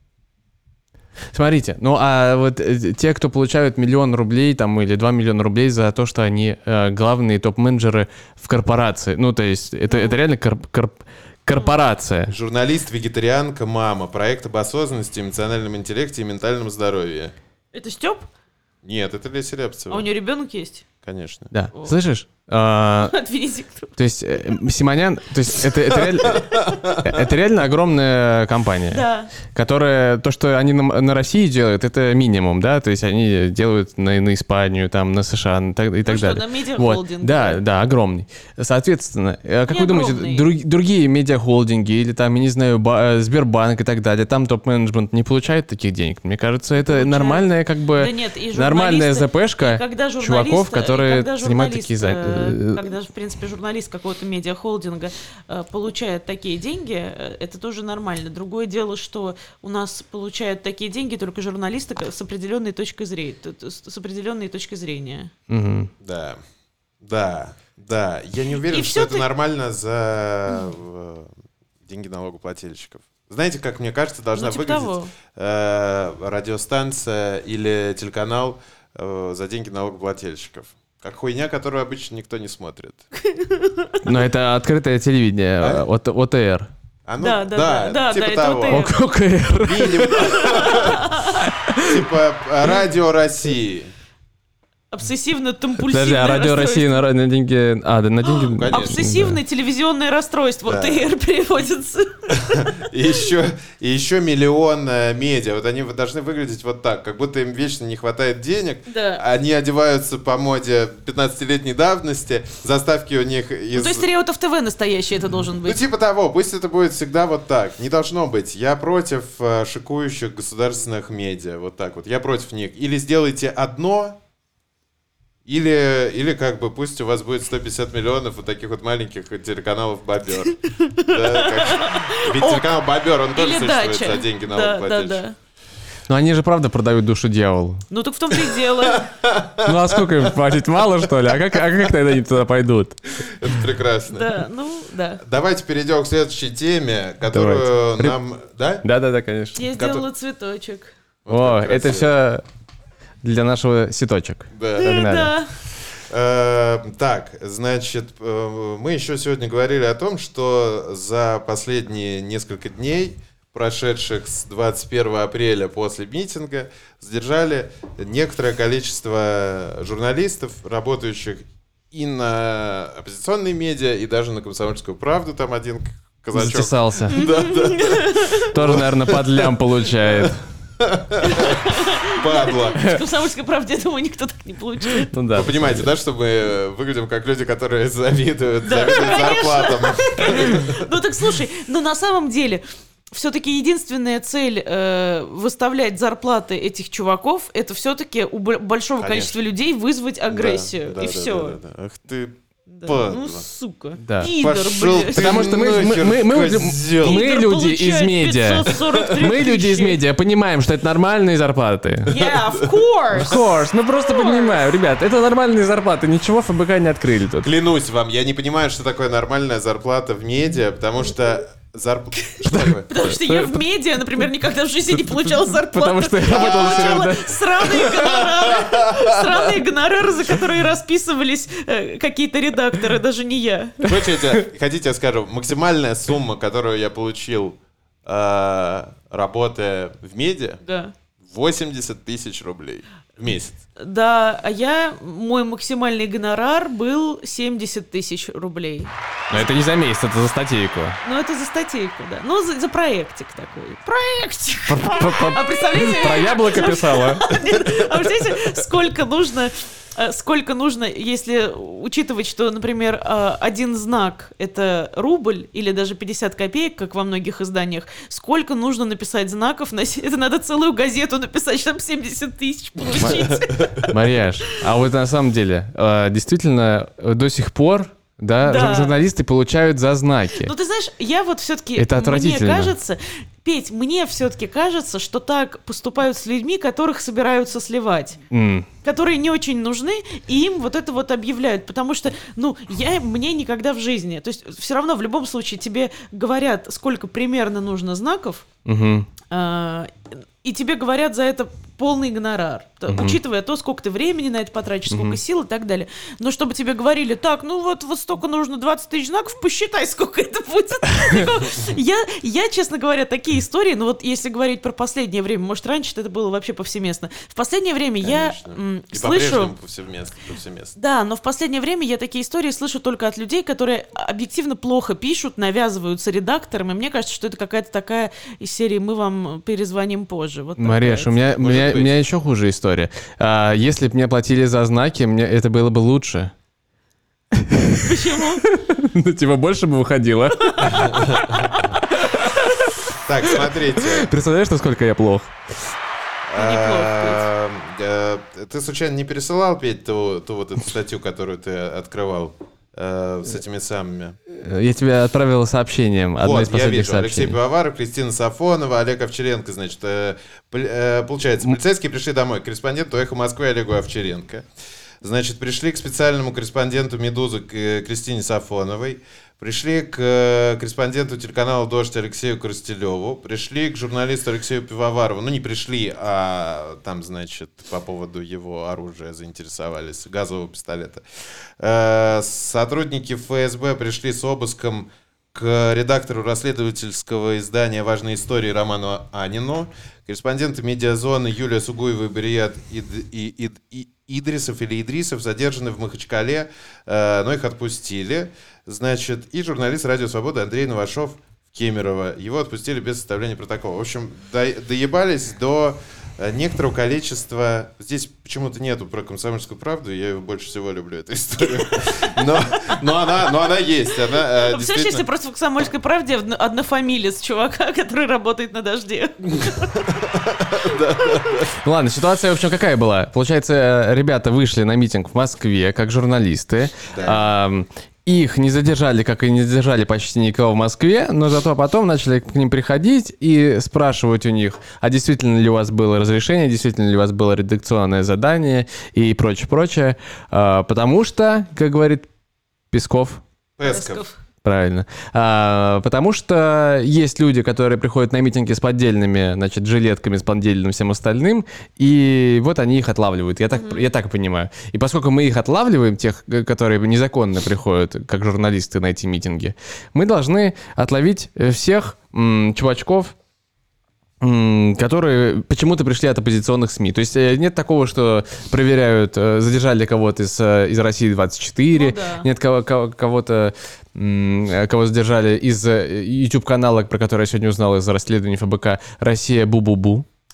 Смотрите, ну а вот э, те, кто получают миллион рублей там или два миллиона рублей за то, что они э, главные топ-менеджеры в корпорации, ну то есть это, это реально корп- корп- корпорация. Журналист, вегетарианка, мама. Проект об осознанности, эмоциональном интеллекте и ментальном здоровье. Это Степ? Нет, это Леся Рябцева. А у нее ребенок есть? Конечно. Да, О. слышишь? А, От Венедиктова. то есть э, Симонян, то есть это, это, реально, это реально огромная компания, Да. которая, то, что они на, на России делают, это минимум, да, то есть они делают на, на Испанию, там, на США и так, и так Ну что, далее. на медиахолдинг, Да, да. да, огромный. Соответственно, э, как Не вы думаете, огромный. друг- другие медиахолдинги или там, я не знаю, ба- э, Сбербанк и так далее, там топ-менеджмент не получает таких денег? Мне кажется, это нормальная, как бы, Да нет, и нормальная журналисты- ЗПшка и когда журналист- чуваков, и которые когда занимают журналист, такие... за- э, э, Когда, в принципе, журналист какого-то медиахолдинга э, получает такие деньги, э, это тоже нормально. Другое дело, что у нас получают такие деньги только журналисты с определенной точкой зрения. С определенной точки зрения. Мгм. Да, да, да. Я не уверен, И что всё это ты- нормально за э, деньги налогоплательщиков. Знаете, как мне кажется, должна Ну, типа выглядеть того. э, радиостанция или телеканал э, за деньги налогоплательщиков. Как хуйня, которую обычно никто не смотрит. Но это открытое телевидение, А? от, ОТР. А ну, Да, да, да, да, типа да, это того. ОТР. ОКР. Типа Радио России. Обсессивно-компульсивное Подожди, а Радио расстройство. России на, на деньги... А, да, на деньги... Конечно. Обсессивное телевизионное расстройство. Да. ОТР переводится. И еще, и еще миллион э, медиа. Вот они должны выглядеть вот так, как будто им вечно не хватает денег. Да. Они одеваются по моде пятнадцатилетней давности. Заставки у них из... Ну, то есть Реутов ТВ настоящий это должен Ну, быть. типа того, пусть это будет всегда вот так. Не должно быть. Я против э, шикующих государственных медиа. Вот так вот. Я против них. Или сделайте одно, или, или как бы пусть у вас будет сто пятьдесят миллионов вот таких вот маленьких телеканалов «Бобер». Да, как- Ведь телеканал «Бобер», он тоже Или существует дача. за деньги Да, да, налогоплательщиков. да. Ну они же правда продают душу дьяволу. Ну так в том-то и дело. Ну а сколько им платить? Мало, что ли? А как, а как тогда они туда пойдут? Это прекрасно. Да, ну да. Давайте перейдем к следующей теме, которую Давайте. нам... Да? Да-да-да, конечно. Я сделала цветочек. О, как это красиво. все для нашего ситочек. Да. Погнали. Да. Э, Так, значит, э, мы еще сегодня говорили о том, что за последние несколько дней, прошедших с двадцать первого апреля после митинга, задержали некоторое количество журналистов, работающих и на оппозиционные медиа, и даже на «Комсомольскую правду», там один казачок. Затесался. Да, да, да. Тоже, наверное, под лям получает. Падла. В «Комсомольской правде», я думаю, никто так не получает. Ну да. Вы понимаете, да, что мы выглядим как люди, которые завидуют, Да, завидуют зарплатам. Ну так слушай, ну на самом деле... Все-таки единственная цель э, выставлять зарплаты этих чуваков, это все-таки у б- большого Конечно. количества людей вызвать агрессию. Да, и да, все. да, да, да. Ах ты, Да. падла. Ну, сука. Да. Пидор, Пошел блядь. ты Потому что мы, мы, нахер, мы, мы, козел. мы Пидор люди из получает медиа. пятьсот сорок три Мы люди из тысячи. медиа понимаем, что это нормальные зарплаты. Yeah, of course. Of course. Ну просто понимаю, ребят, это нормальные зарплаты. Ничего ФБК не открыли тут. Клянусь вам, я не понимаю, что такое нормальная зарплата в медиа, потому что зарплата... Что такое? Потому что я в медиа, например, никогда в жизни не получала зарплату. Потому что я работал Я всё время, получала да. сраные гонорары. Сраные гонорары, за которые расписывались э, какие-то редакторы, даже не я. Хотите, хотите, я скажу, максимальная сумма, которую я получил, э, работая в медиа, Да. восемьдесят тысяч рублей в месяц. Да, а я, мой максимальный гонорар был семьдесят тысяч рублей. Но это не за месяц, это за статейку. Ну, это за статейку, да. Ну, за, за проектик такой. Проектик! Про- А представляете... Про яблоко писала. Нет, а представляете, сколько нужно... э, Сколько нужно, если учитывать, что, например, э, один знак — это рубль или даже пятьдесят копеек, как во многих изданиях, сколько нужно написать знаков? На... с- Это надо целую газету написать, чтобы семьдесят тысяч получить. Марьяш, а вот на самом деле, э, действительно, э, до сих пор, да, Да. жур- журналисты получают за знаки. Ну, ты знаешь, я вот все-таки... Это Мне отвратительно. кажется... Петь, мне все-таки кажется, что так поступают с людьми, которых собираются сливать. М. Которые не очень нужны, и им вот это вот объявляют. Потому что, ну, я, мне никогда в жизни... То есть все равно в любом случае тебе говорят, сколько примерно нужно знаков, Мгм. а, и тебе говорят за это полный гонорар, т- Мгм. учитывая то, сколько ты времени на это потратишь, сколько Мгм. сил и так далее. Но чтобы тебе говорили, так, ну вот, вот столько нужно, двадцать тысяч знаков, посчитай, сколько это будет. Такого- Я, я, честно говоря, такие истории, ну вот если говорить про последнее время, может, раньше это было вообще повсеместно. В последнее время я м, И слышу... по-прежнему повсеместно, повсеместно. Да, но в последнее время я такие истории слышу только от людей, которые объективно плохо пишут, навязываются редакторам, и мне кажется, что это какая-то такая из серии «Мы вам перезвоним позже». Вот Марьяш, у меня, у меня, у меня еще хуже история. А, если бы мне платили за знаки, мне это было бы лучше. Почему? Ну, типа, больше бы выходило. Так, смотрите. Представляешь, насколько я плох? А, э, Ты случайно не пересылал, Петь, ту ту вот эту статью, которую ты открывал э, с этими самыми? Я тебе отправил сообщением. Одно из Вот, я последних вижу. Алексей сообщений. Пивоваров, Кристина Сафонова, Олег Овчаренко, значит. э, пл- э, Получается, полицейские пришли домой к корреспонденту «Эхо Москвы» Олегу Овчаренко. Значит, пришли к специальному корреспонденту «Медузы» к э, Кристине Сафоновой. Пришли к э, корреспонденту телеканала «Дождь» Алексею Коростелеву. Пришли к журналисту Алексею Пивоварову. Ну, не пришли, а там, значит, по поводу его оружия заинтересовались, газового пистолета. Э, Сотрудники ФСБ пришли с обыском к редактору расследовательского издания «Важные истории» Роману Анину. Корреспонденты «Медиазоны» Юлия Сугуева и Барият Ид, и, Ид, и, Идрисов или Идрисов задержаны в Махачкале, э, но их отпустили. Значит, и журналист «Радио Свобода» Андрей Новашов в Кемерово. Его отпустили без составления протокола. В общем, до, доебались до э, некоторого количества... Здесь почему-то нету про «Комсомольскую правду», я ее больше всего люблю, эту историю. Но, но, она, но она есть. Она, э, Представляешь, действительно... если просто в «Комсомольской правде» одно- однофамилец чувака, который работает на «Дожде». Ну ладно, ситуация, в общем, какая была? Получается, ребята вышли на митинг в Москве как журналисты. Ам, Их не задержали, как и не задержали почти никого в Москве, но зато потом начали к ним приходить и спрашивать у них, а действительно ли у вас было разрешение, действительно ли у вас было редакционное задание и прочее, прочее. А, Потому что, как говорит Песков, Песков. правильно. А, потому что есть люди, которые приходят на митинги с поддельными, значит, жилетками, с поддельным всем остальным, и вот они их отлавливают. Я так, mm-hmm. я так понимаю. И поскольку мы их отлавливаем, тех, которые незаконно приходят, как журналисты на эти митинги, мы должны отловить всех м, чувачков, которые почему-то пришли от оппозиционных СМИ. То есть нет такого, что проверяют, задержали кого-то из, из России двадцать четыре, ну, да. Нет кого- кого- кого-то, кого задержали из YouTube-канала, про который я сегодня узнал из расследования ФБК «Россия Бу-Бу-Бу».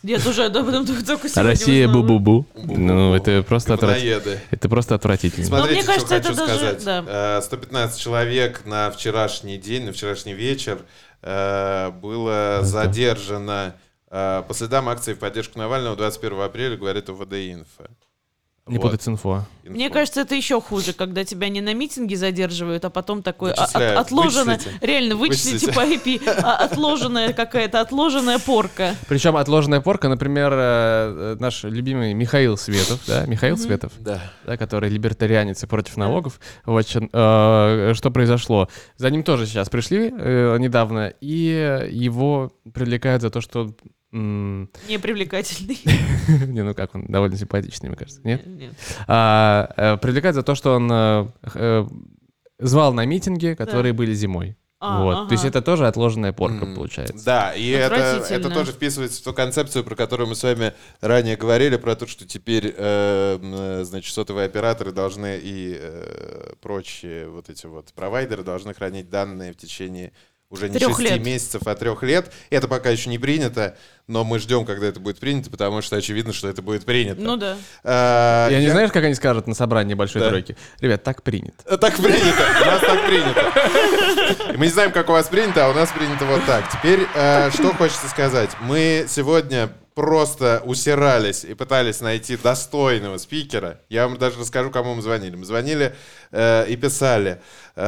Нет, уже, да, потом только сегодня Россия узнала. бу-бу-бу. Ну, это просто Говноеды. отвратительно. Это просто отвратительно. Смотрите, мне что кажется, хочу это даже- сказать. да. Э, сто пятнадцать человек на вчерашний день, на вчерашний вечер э, было задержано э, по следам акции в поддержку Навального двадцать первого апреля, говорит УВД-Инфо. Не Вот. путать с инфо. Мне кажется, это еще хуже, когда тебя не на митинге задерживают, а потом такое а- Вычисляют. от- отложенное, Вычислите. реально вычислите по ай пи, а, отложенная какая-то, отложенная порка. Причем отложенная порка, например, э, наш любимый Михаил Светов, да, Михаил Мгм. Светов, Да. да, который либертарианец и против налогов. Вот, ч- э, что произошло? За ним тоже сейчас пришли э, недавно, и его привлекают за то, что он, м, Непривлекательный. не, ну как, он довольно симпатичный, мне кажется, нет? Нет. А, э, привлекают за то, что он э, э, звал на митинги, которые были зимой. А, вот. ага. То есть это тоже отложенная порка, получается. Да, и это, Отвратительно. это тоже вписывается в ту концепцию, про которую мы с вами ранее говорили, про то, что теперь, э, м, значит, сотовые операторы должны и э, прочие вот эти вот провайдеры должны хранить данные в течение уже не Трех шести лет. месяцев, а трех лет. Это пока еще не принято, но мы ждем, когда это будет принято, потому что очевидно, что это будет принято. Ну да. А, Я не знаешь, как они скажут на собрании большой Да. тройки? Ребят, так принято. Так принято. У нас так принято. И мы не знаем, как у вас принято, а у нас принято вот так. Теперь, э, что хочется сказать. Мы сегодня просто усирались и пытались найти достойного спикера. Я вам даже расскажу, кому мы звонили. Мы звонили э, и писали,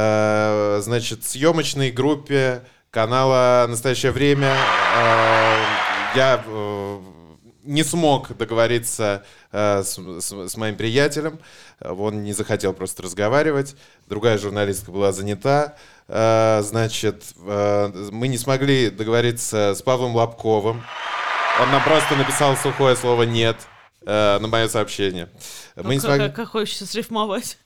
э, значит, съемочной группе канала «Настоящее время». Э, я э, не смог договориться э, с, с- с моим приятелем. Он не захотел просто разговаривать. Другая журналистка была занята. Э, значит, э, мы не смогли договориться с Павлом Лобковым. Он нам просто написал сухое слово «нет» э, на мое сообщение. Мы не Как, смогли... как, как хочется срифмовать.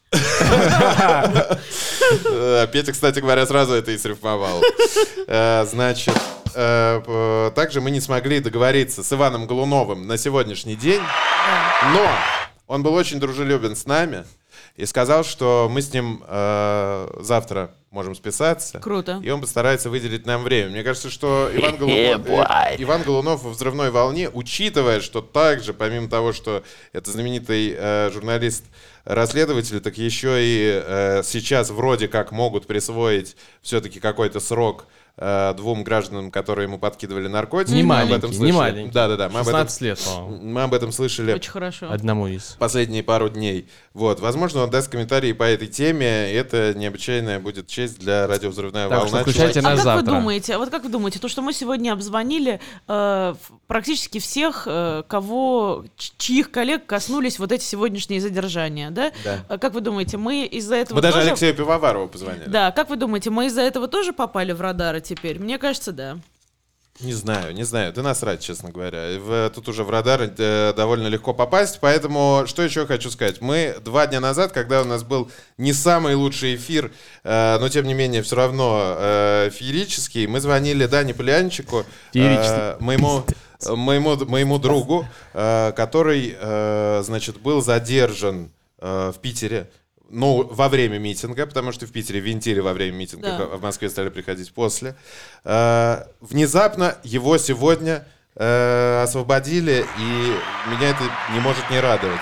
Э, Петя, кстати говоря, сразу это и срифмовал. Э, Значит, э, п- также мы не смогли договориться с Иваном Голуновым на сегодняшний день, но он был очень дружелюбен с нами и сказал, что мы с ним э, завтра можем списаться. Круто. И он постарается выделить нам время. Мне кажется, что Иван Голунов, э, Иван Голунов во «Взрывной волне», учитывая, что также, помимо того, что это знаменитый э, журналист-расследователь, так еще и э, сейчас вроде как могут присвоить все-таки какой-то срок э, двум гражданам, которые ему подкидывали наркотики. Не Мы об маленький, этом не слышали. маленький. Да-да-да. Мы об этом- шестнадцать лет, по-моему. Мы об этом слышали Очень хорошо. Одному из. последние пару дней. Вот. Возможно, он даст комментарии по этой теме. Это необычайная будет честь для радио «Взрывная Так волна». что включайте А нас как завтра. вы думаете, а вот как вы думаете, то, что мы сегодня обзвонили э, в- практически всех, э, кого, ч- чьих коллег коснулись вот эти сегодняшние задержания, да? Да. А как вы думаете, мы из-за этого Мы даже тоже... Алексею Пивоварову позвонили. Да, как вы думаете, мы из-за этого тоже попали в радары теперь? Мне кажется, да. Не знаю, не знаю. Да насрать, честно говоря. В- тут уже в радар э, довольно легко попасть. Поэтому, что еще хочу сказать. Мы два дня назад, когда у нас был не самый лучший эфир, э, но тем не менее все равно э, феерический, мы звонили Дане Полянчику, Феерический. э, моему, моему, моему другу, э, который, э, значит, был задержан э, в Питере. Ну, во время митинга, потому что в Питере винтили во время митинга, Да. а в Москве стали приходить после. Э, внезапно его сегодня э, освободили, и меня это не может не радовать.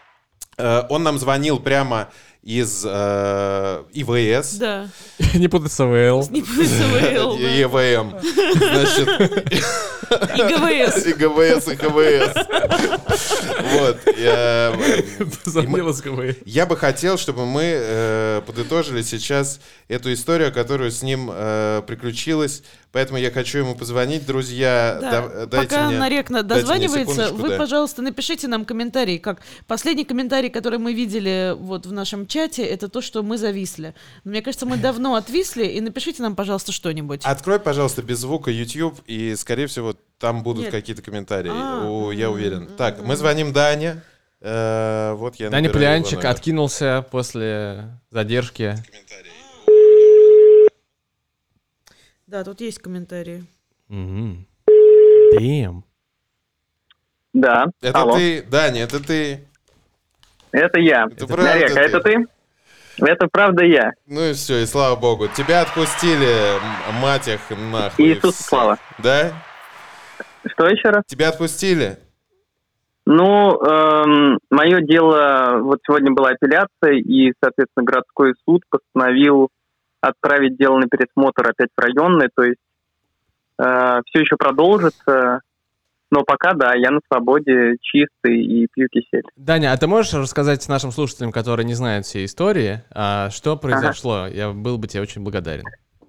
Э, он нам звонил прямо из э, ИВС. Да. Не путать с АВЛ. Не путать с АВЛ, да. И ЕВМ. Значит, И ГВС. И ГВС, и ХВС. Вот. Я, Звонила с ГВС. я бы хотел, чтобы мы э, подытожили сейчас эту историю, которая с ним э, приключилась. Поэтому я хочу ему позвонить, друзья. Да. Да, дайте Пока мне, Нарек на- дайте мне дозванивается, секундочку, вы, да. пожалуйста, напишите нам комментарий. Как последний комментарий, который мы видели вот в нашем чате, это то, что мы зависли. Но мне кажется, мы давно отвисли, и напишите нам, пожалуйста, что-нибудь. Открой, пожалуйста, без звука YouTube, и, скорее всего, там будут Нет. какие-то комментарии. А, О, я уверен. Так, мы звоним Дане. Э, вот я Даня набираю его Полянчик номер. откинулся после задержки. Да, тут есть комментарии. Мгм. Damn. Да. Это Алло. ты, Даня, это ты. Это я. Это правда Нарек, а ты? это ты? Это правда я. Ну и все, и слава богу. Тебя отпустили, м- мать их нахуй. Иисусу слава. Да? Что еще раз? Тебя отпустили? Ну, эм, мое дело, вот сегодня была апелляция, и, соответственно, городской суд постановил отправить дело на пересмотр опять в районный, то есть э, все еще продолжится, но пока, да, я на свободе, чистый и пью кисель. Даня, а ты можешь рассказать нашим слушателям, которые не знают всей истории, а, что произошло? Ага. Я был бы тебе очень благодарен.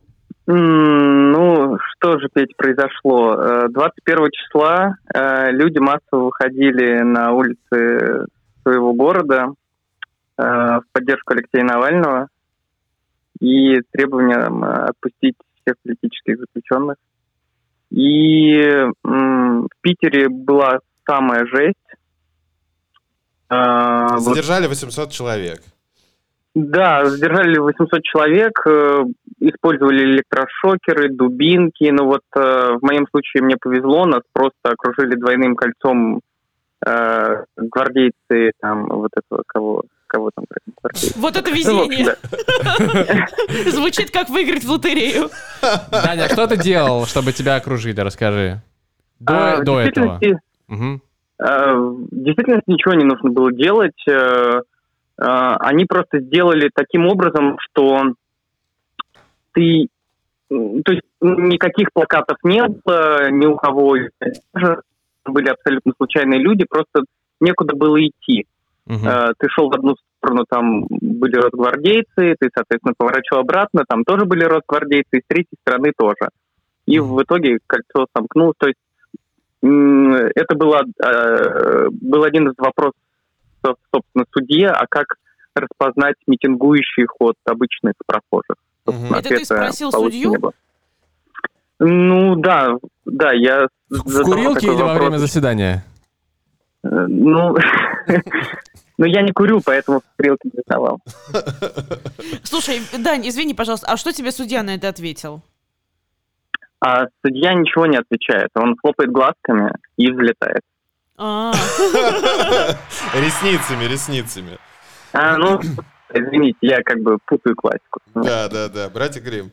Ну, что же, Петя, произошло? двадцать первого числа э, люди массово выходили на улицы своего города э, в поддержку Алексея Навального и с требованием отпустить всех политических заключенных. И э, в Питере была самая жесть. Э, Задержали восемьсот человек. Да, задержали восемьсот человек, э, использовали электрошокеры, дубинки. Ну вот э, в моем случае мне повезло, нас просто окружили двойным кольцом э, гвардейцы, там, вот этого, кого, кого там гвардейцы. Вот это везение! Звучит как выиграть в лотерею. Даня, что ты делал, чтобы тебя окружили? Расскажи. До, до этого. Угу. В действительности ничего не нужно было делать. Они просто сделали таким образом, что ты... То есть никаких плакатов не было, ни у кого. Были абсолютно случайные люди, просто некуда было идти. Uh-huh. Ты шел в одну сторону, там были росгвардейцы, ты, соответственно, поворачивал обратно, там тоже были росгвардейцы, и с третьей стороны тоже. И uh-huh. в итоге кольцо сомкнулось. То есть это было, был один из вопросов, собственно, судье, а как распознать митингующих от обычных прохожих. Uh-huh. Это ты спросил судью? Ну, да, да, я... В курилке или во время заседания? Ну, ну, я не курю, поэтому в курилке не задавал. Слушай, Дань, извини, пожалуйста, а что тебе судья на это ответил? А судья ничего не отвечает, он хлопает глазками и взлетает. Ресницами, ресницами. А, ну, извините, я как бы путаю классику. Да, да, да, братья Гримм.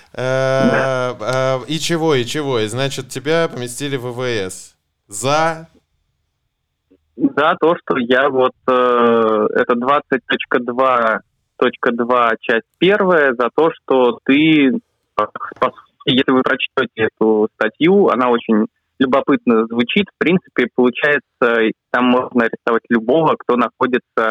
И чего, и чего? И значит, тебя поместили в ВВС. За... За то, что я вот... Это двадцать точка два точка два часть первая, за то, что ты... Если вы прочтете эту статью, она очень любопытно звучит. В принципе, получается, там можно арестовать любого, кто находится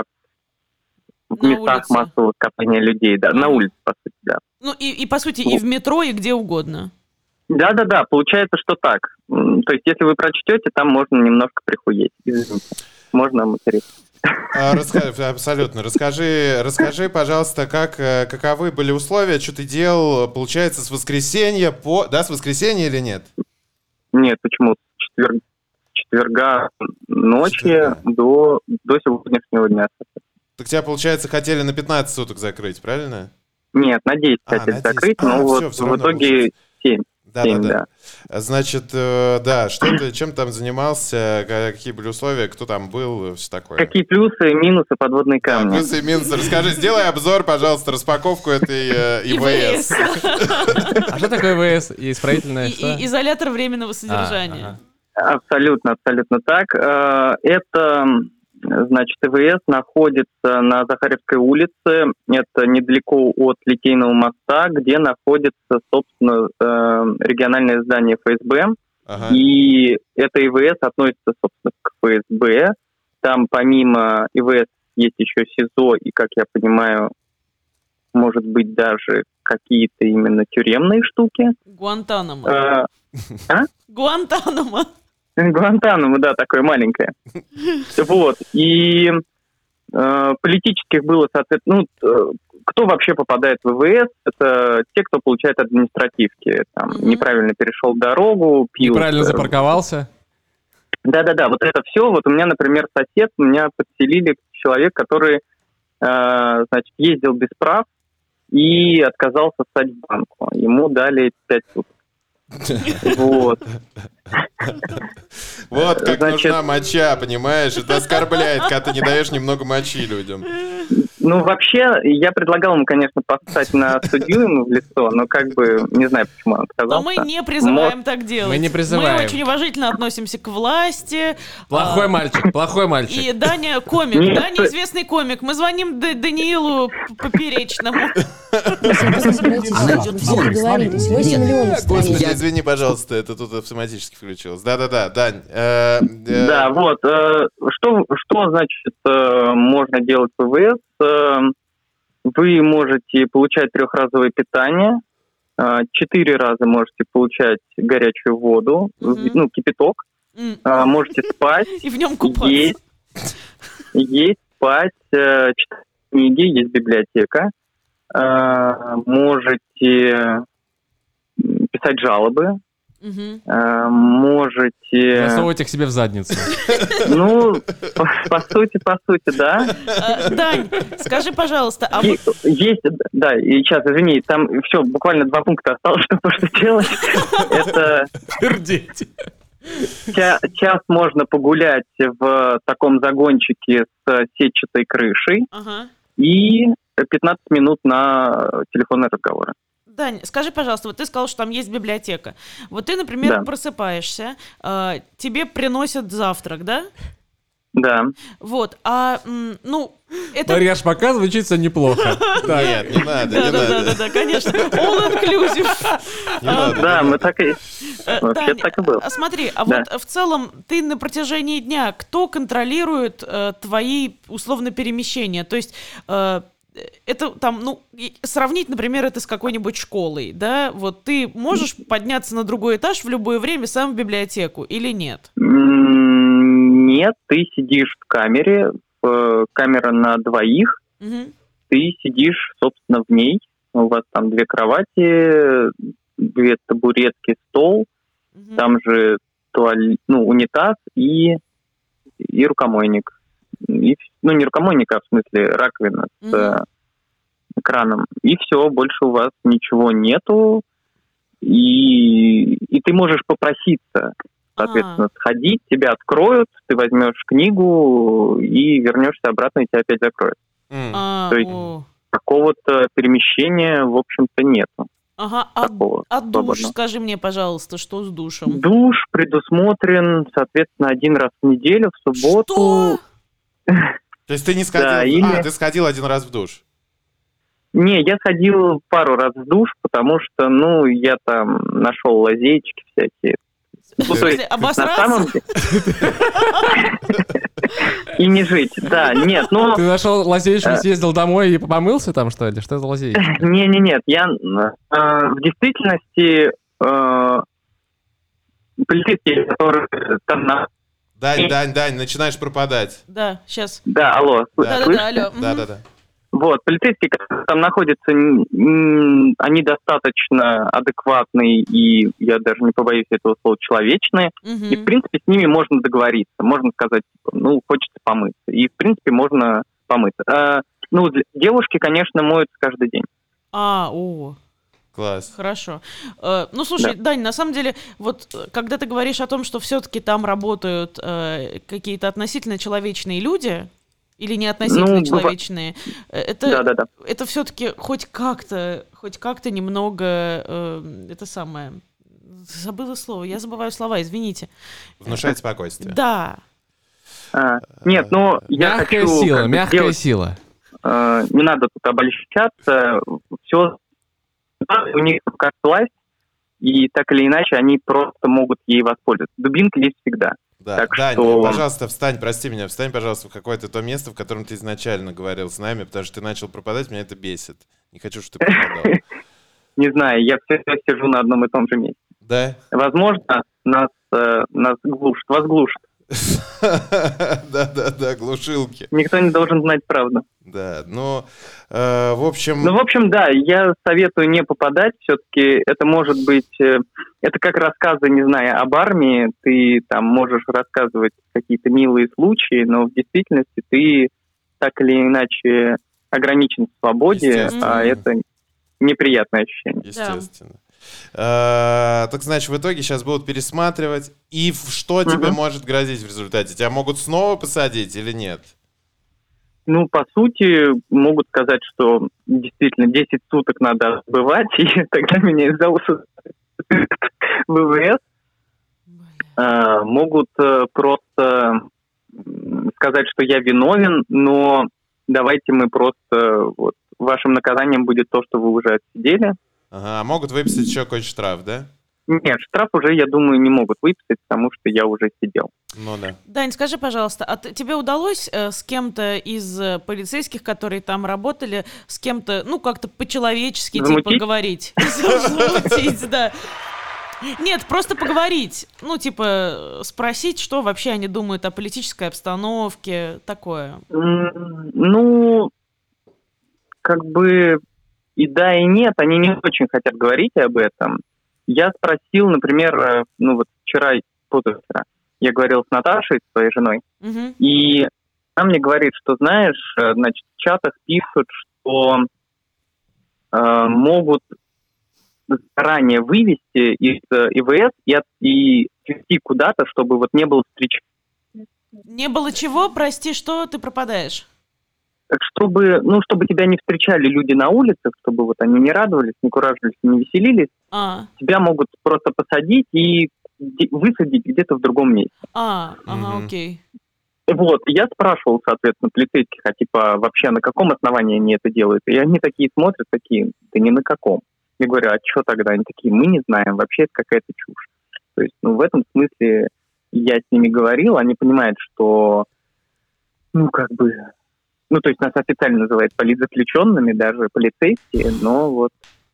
в на местах улице. Массового скопления людей. Да, на улице, по сути, да. Ну и, и по сути, и в метро, и где угодно. Да-да-да, получается, что так. То есть, если вы прочтете, там можно немножко прихуеть. Извините. Можно материться. А, расскажи, абсолютно. Расскажи, расскажи, пожалуйста, как, каковы были условия, что ты делал, получается, с воскресенья по... Да, с воскресенья или нет? Нет, почему? С четверг... четверга ночи четверга. До, до сегодняшнего дня. Так тебя, получается, хотели на пятнадцать суток закрыть, правильно? Нет, на десять а, хотели на десять. Закрыть, а, но все, вот все в итоге семь. Да, семь, да, да, да. Значит, э, да, что ты, чем там занимался, какие были условия, кто там был, все такое. Какие плюсы и минусы подводные камни? Да, плюсы и минусы. Расскажи, сделай обзор, пожалуйста, распаковку этой э, ИВС. А что такое ИВС? Исправительное что? Изолятор временного содержания. Абсолютно, абсолютно так. Это... Значит, ИВС находится на Захаревской улице, это недалеко от Литейного моста, где находится, собственно, региональное здание ФСБ. Ага. И это ИВС относится, собственно, к ФСБ. Там помимо ИВС есть еще СИЗО и, как я понимаю, может быть, даже какие-то именно тюремные штуки. Гуантанамо. А? а? Гуантанамо. Гуантанамо, да, такое маленькое. Вот. И э, политических было, соответственно... Ну, кто вообще попадает в ИВС? Это те, кто получает административки. Там, mm-hmm. неправильно перешел дорогу, пил... Неправильно запарковался? Да-да-да, вот это все. Вот у меня, например, сосед, меня подселили человек, который, э, значит, ездил без прав и отказался ссать в банку. Ему дали пять суток. Вот. Вот как Значит... нужна моча, понимаешь? Это оскорбляет, когда ты не даешь немного мочи людям. Ну, вообще, я предлагал ему, конечно, поставить на судью ему в лицо, но как бы не знаю, почему он отказался. Но мы не призываем Может... так делать. Мы не призываем. Мы очень уважительно относимся к власти. Плохой а... мальчик, плохой мальчик. И Даня комик, Нет. Даня известный комик. Мы звоним Д- Даниилу Поперечному. Договорились. восемь миллионов Господи, страниц. извини, пожалуйста, это тут автоматически включилось. Да-да-да, Дань. э, э, Да, вот. э, Что, что значит э, можно делать в ВВС? Э, Вы можете получать трехразовое питание, э, четыре раза можете получать горячую воду, Мгм. ну, кипяток, М. э, можете спать, И в нем купаться. есть, есть спать, э, читать книги, есть библиотека, э, можете м, писать жалобы, Мгм. э, можете... Засовывать их себе в задницу. Ну, по, по сути, по сути, да. А, Дань, скажи, пожалуйста, а И- вот Есть, да, и сейчас, извини, там все, буквально два пункта осталось, чтобы что делать. Это Пердеть. ча- час можно погулять в таком загончике с сетчатой крышей Ага. и пятнадцать минут на телефонные разговоры. Дань, скажи, пожалуйста, вот ты сказал, что там есть библиотека. Вот ты, например, Да. просыпаешься, э, тебе приносят завтрак, да? Да. Вот, а, м, ну, это... Марьяш, пока звучит все неплохо. Так. Нет, не надо, Да, не да, да, надо. да, да, конечно. All inclusive. Не надо, Да, не мы надо. так и... Э, Вообще Дань, так и было. а смотри, а Да. вот в целом ты на протяжении дня, кто контролирует э, твои условно перемещения? То есть э, это там, ну, и сравнить, например, это с какой-нибудь школой, да? Вот ты можешь подняться на другой этаж в любое время сам в библиотеку или нет? М, Нет, ты сидишь в камере, э, камера на двоих, Мгм. ты сидишь, собственно, в ней. У вас там две кровати, две табуретки, стол, Мгм. там же туалет, ну, унитаз и, и рукомойник. И, вс- ну, не рукомойник, а в смысле раковина с Мгм. э, краном. И все, больше у вас ничего нету. И, и ты можешь попроситься, соответственно, сходить, тебя откроют, ты возьмешь книгу и вернешься обратно, и тебя опять закроют. М. А, То есть о. какого-то перемещения, в общем-то, нету. Ага, а, Такого а душ, свободного. скажи мне, пожалуйста, что с душем? Душ предусмотрен, соответственно, один раз в неделю, в субботу. Что? То есть ты не сходил... Да, в- или- А, ты сходил один раз в душ. Не, я сходил пару раз в душ, потому что, ну, я там нашел лазеечки всякие. В Ну, то смысле, есть, на обосраться? самом деле... И не жить, да, нет, ну... Ты нашел лазеечку, съездил домой и помылся там, что ли? Что за лазеечка? Не, не, нет, я э, в действительности э, полицейские, которые там на... Дань, Дань, Дань, начинаешь пропадать. Да, сейчас. Да, алло, сл- Да-да-да, слышите? алло. Мгм. Да-да-да. Вот, полицейские, которые там находятся, н- н- они достаточно адекватные и, я даже не побоюсь этого слова, человечные. Мгм. И, в принципе, с ними можно договориться. Можно сказать, типа, ну, хочется помыться. И, в принципе, можно помыться. А, ну, для- девушки, конечно, моются каждый день. А, о, Класс. хорошо. Э, ну, слушай, Дань, на самом деле, вот э, когда ты говоришь о том, что все-таки там работают э, какие-то относительно человечные люди, или не относительно Ну, быва- человечные, э, это, Да-да-да. это все-таки хоть как-то, хоть как-то немного, э, это самое, забыла слово, я забываю слова, извините. Внушает спокойствие. Да. А, нет, ну, я Мягкая хочу... сила, как бы мягкая сделать- сила. э, не надо тут обольщаться. Все у них как власть, и так или иначе они просто могут ей воспользоваться. Дубинка есть всегда. Да, Так Дань, что- пожалуйста, встань, прости меня, встань, пожалуйста, в какое-то то место, в котором ты изначально говорил с нами, потому что ты начал пропадать, меня это бесит. Не хочу, чтобы ты пропадал. Не знаю, я все сижу на одном и том же месте. Да? Возможно, нас, э, нас глушат, вас глушат. Да-да-да, глушилки. Никто не должен знать правду. Да, ну, э, в общем... Ну, в общем, да, я советую не попадать. Все-таки это может быть... э, Это как рассказы, не знаю, об армии. Ты там можешь рассказывать какие-то милые случаи, но в действительности ты так или иначе ограничен в свободе, Естественно. а это неприятное ощущение. Естественно. Э, Так значит, в итоге сейчас будут пересматривать. И в- что тебе Мгм. может грозить в результате? Тебя могут снова посадить или нет? Ну, по сути, могут сказать, что действительно десять суток надо отбывать, и тогда меня из зала ВВС. А, могут а, просто сказать, что я виновен, но давайте мы просто... Вот, вашим наказанием будет то, что вы уже отсидели. Ага, а могут выписать еще какой-то штраф, да? Нет, штраф уже, я думаю, не могут выписать, потому что я уже сидел. Ну да. Дань, скажи, пожалуйста, а т- тебе удалось э, с кем-то из э, полицейских, которые там работали, с кем-то, ну, как-то по-человечески, типа, Замутить? говорить? Замутить, да. Нет, просто поговорить. Ну, типа, спросить, что вообще они думают о политической обстановке, такое. М, Ну, как бы и да, и нет. Они не очень хотят говорить об этом. Я спросил, например, э, ну вот вчера, позавчера, я говорил с Наташей, своей женой, Мгм. и она мне говорит, что, знаешь, э, значит, в чатах пишут, что э, могут заранее вывести из э, ИВС и, от- и отвезти куда-то, чтобы вот не было встреч. Не было чего? Прости, что ты пропадаешь? Так чтобы, ну, чтобы тебя не встречали люди на улицах, чтобы вот они не радовались, не куражились, не веселились, А, тебя могут просто посадить и где- высадить где-то в другом месте. а, ага, Мгм. окей. Вот, и я спрашивал, соответственно, полицейских, а типа вообще на каком основании они это делают? И они такие смотрят, такие, да ни на каком. Я говорю, а что тогда? Они такие, мы не знаем, вообще это какая-то чушь. То есть, ну, в этом смысле я с ними говорил, они понимают, что, ну, как бы, ну, то есть нас официально называют политзаключенными, даже полицейские, но вот.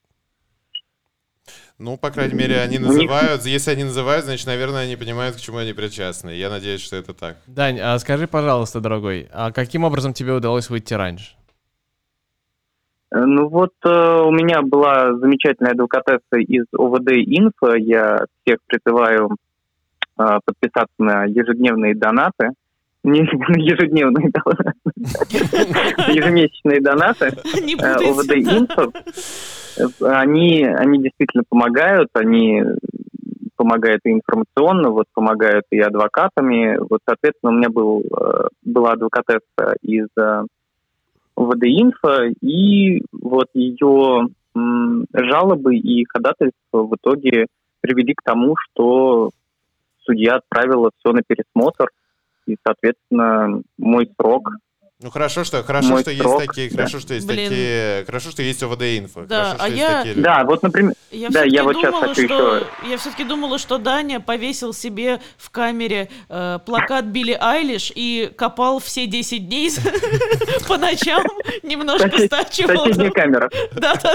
Ну, по крайней мере, они У них- называют. Если они называют, значит, наверное, они понимают, к чему они причастны. Я надеюсь, что это так. Дань, а скажи, пожалуйста, дорогой, а каким образом тебе удалось выйти раньше? Э, Ну вот э, у меня была замечательная адвокатесса из ОВД-Инфо. Я всех призываю э, подписаться на ежедневные донаты. Не на ежедневные донаты, ежемесячные донаты. Не Э, путайте, да. ОВД-Инфо. Они, они действительно помогают, они помогают и информационно, вот помогают и адвокатами. Вот, соответственно, у меня был, э, была адвокатесса из э, ОВД-Инфо, и вот ее м, жалобы и ходатайства в итоге привели к тому, что судья отправила все на пересмотр, и, соответственно, мой срок... Ну хорошо, что хорошо, Мой что срок, есть такие, да. хорошо, что есть Блин. такие, хорошо, что есть ОВД-инфо. Да, хорошо, что а есть я- такие люди. Да, вот, например... Я да, все-таки я вот сейчас думала, хочу что еще... я все-таки думала, что Даня повесил себе в камере э, плакат Билли Айлиш и копал все десять дней по ночам, немножко Сосед- стачивал. Соседняя камера. Да, да,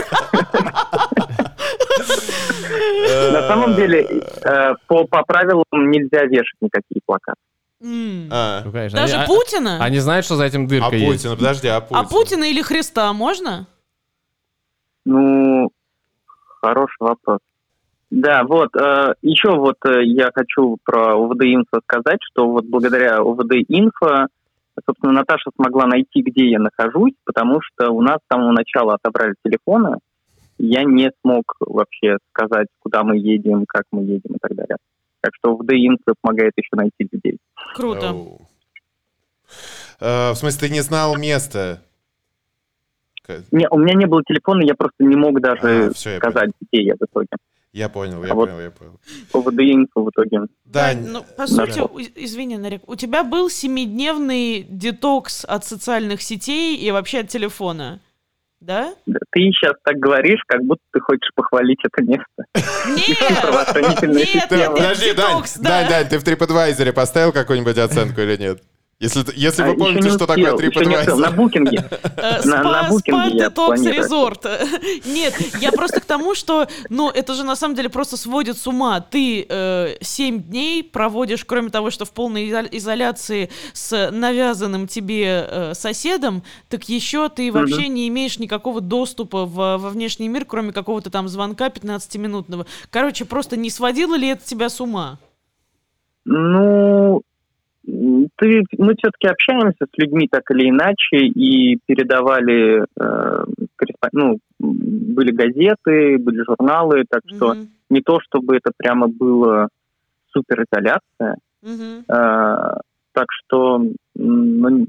На самом деле, э, по, по правилам нельзя вешать никакие плакаты. А, Ну, конечно. Даже Они- а- Путина? Они знают, что за этим а дырка есть. Путина, подожди, а Путина? А Путина или Христа можно? Ну, хороший вопрос. Да, вот, э, еще вот э, я хочу про ОВД-Инфо сказать, что вот благодаря ОВД-Инфо, собственно, Наташа смогла найти, где я нахожусь, потому что у нас с самого начала отобрали телефоны, и я не смог вообще сказать, куда мы едем, как мы едем и так далее. Так что ОВД-Инфо помогает еще найти людей. Круто. Оу. Э, В смысле, ты не знал места? К- Не, у меня не было телефона, я просто не мог даже А, всё, я сказать, где я в итоге. Я понял, А я вот- понял, я понял. ОВД-Инфо в итоге. Дань, Ну, по сути, Да. у- извини, Нарек, у тебя был семидневный детокс от социальных сетей и вообще от телефона, да? Да, ты сейчас так говоришь, как будто ты хочешь похвалить это место. Нет! Правоохранительная Нет, система. нет, подожди, Дань, детокс, да. Дань, Дань, ты в TripAdvisor поставил какую-нибудь оценку или нет? Если, ты- если А, вы еще помните, не что успел, такое еще не успел. На TripAdvisor. букинге. Э, На- на Спа, букинге спа, я детокс, планирую. резорт. Нет, я просто к тому, что, ну, это же на самом деле просто сводит с ума. Ты э, семь дней проводишь, кроме того, что в полной изо- изоляции с навязанным тебе э, соседом, так еще ты вообще не имеешь никакого доступа в- во внешний мир, кроме какого-то там звонка пятнадцатиминутного. Короче, просто не сводило ли это тебя с ума? Ну, м, ты, мы все-таки общаемся с людьми так или иначе и передавали, э, корреспон- ну, м, были газеты, были журналы, так что Мгм. не то, чтобы это прямо было суперизоляция. Мгм. Э, так что, м, ну,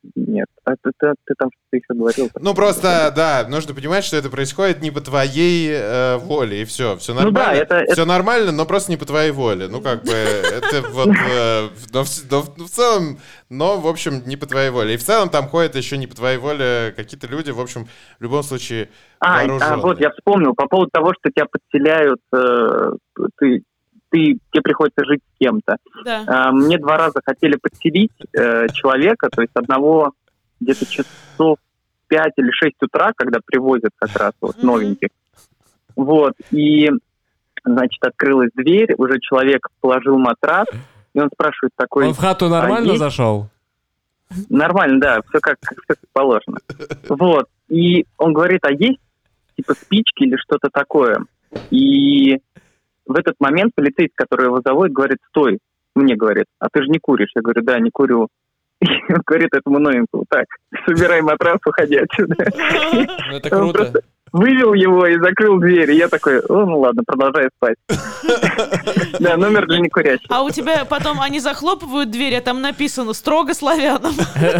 нет. А ты, ты, ты там что-то еще говорил. Ну, просто, да, нужно понимать, что это происходит не по твоей э, воле, и все. Все нормально, ну, да, это, все это... нормально, но просто не по твоей воле. Ну, как бы, это вот... Э, но, в, но в целом, но, в общем, не по твоей воле. И в целом там ходят еще не по твоей воле какие-то люди, в общем, в любом случае, а, вооруженные. А, вот, я вспомнил, по поводу того, что тебя подселяют, э, ты... Ты, тебе приходится жить с кем-то. Да. А, мне два раза хотели подселить э, человека, то есть одного где-то часов пять или шесть утра, когда привозят как раз вот mm-hmm. новеньких. Вот, и, значит, открылась дверь, уже человек положил матрас, и он спрашивает такой... Он в хату нормально а есть... зашел? Нормально, да, все как, все как положено. Вот, и он говорит, а есть типа спички или что-то такое? И... В этот момент полицейский, который его заводит, говорит, стой, мне говорит, а ты же не куришь. Я говорю, да, не курю. И он говорит этому новенькому, так, собирай матрас, уходи отсюда. Ну это круто. Вывел его и закрыл дверь. И я такой, о, ну ладно, продолжай спать. Да, номер для некурящих. А у тебя потом они захлопывают дверь, а там написано «Строго славянам».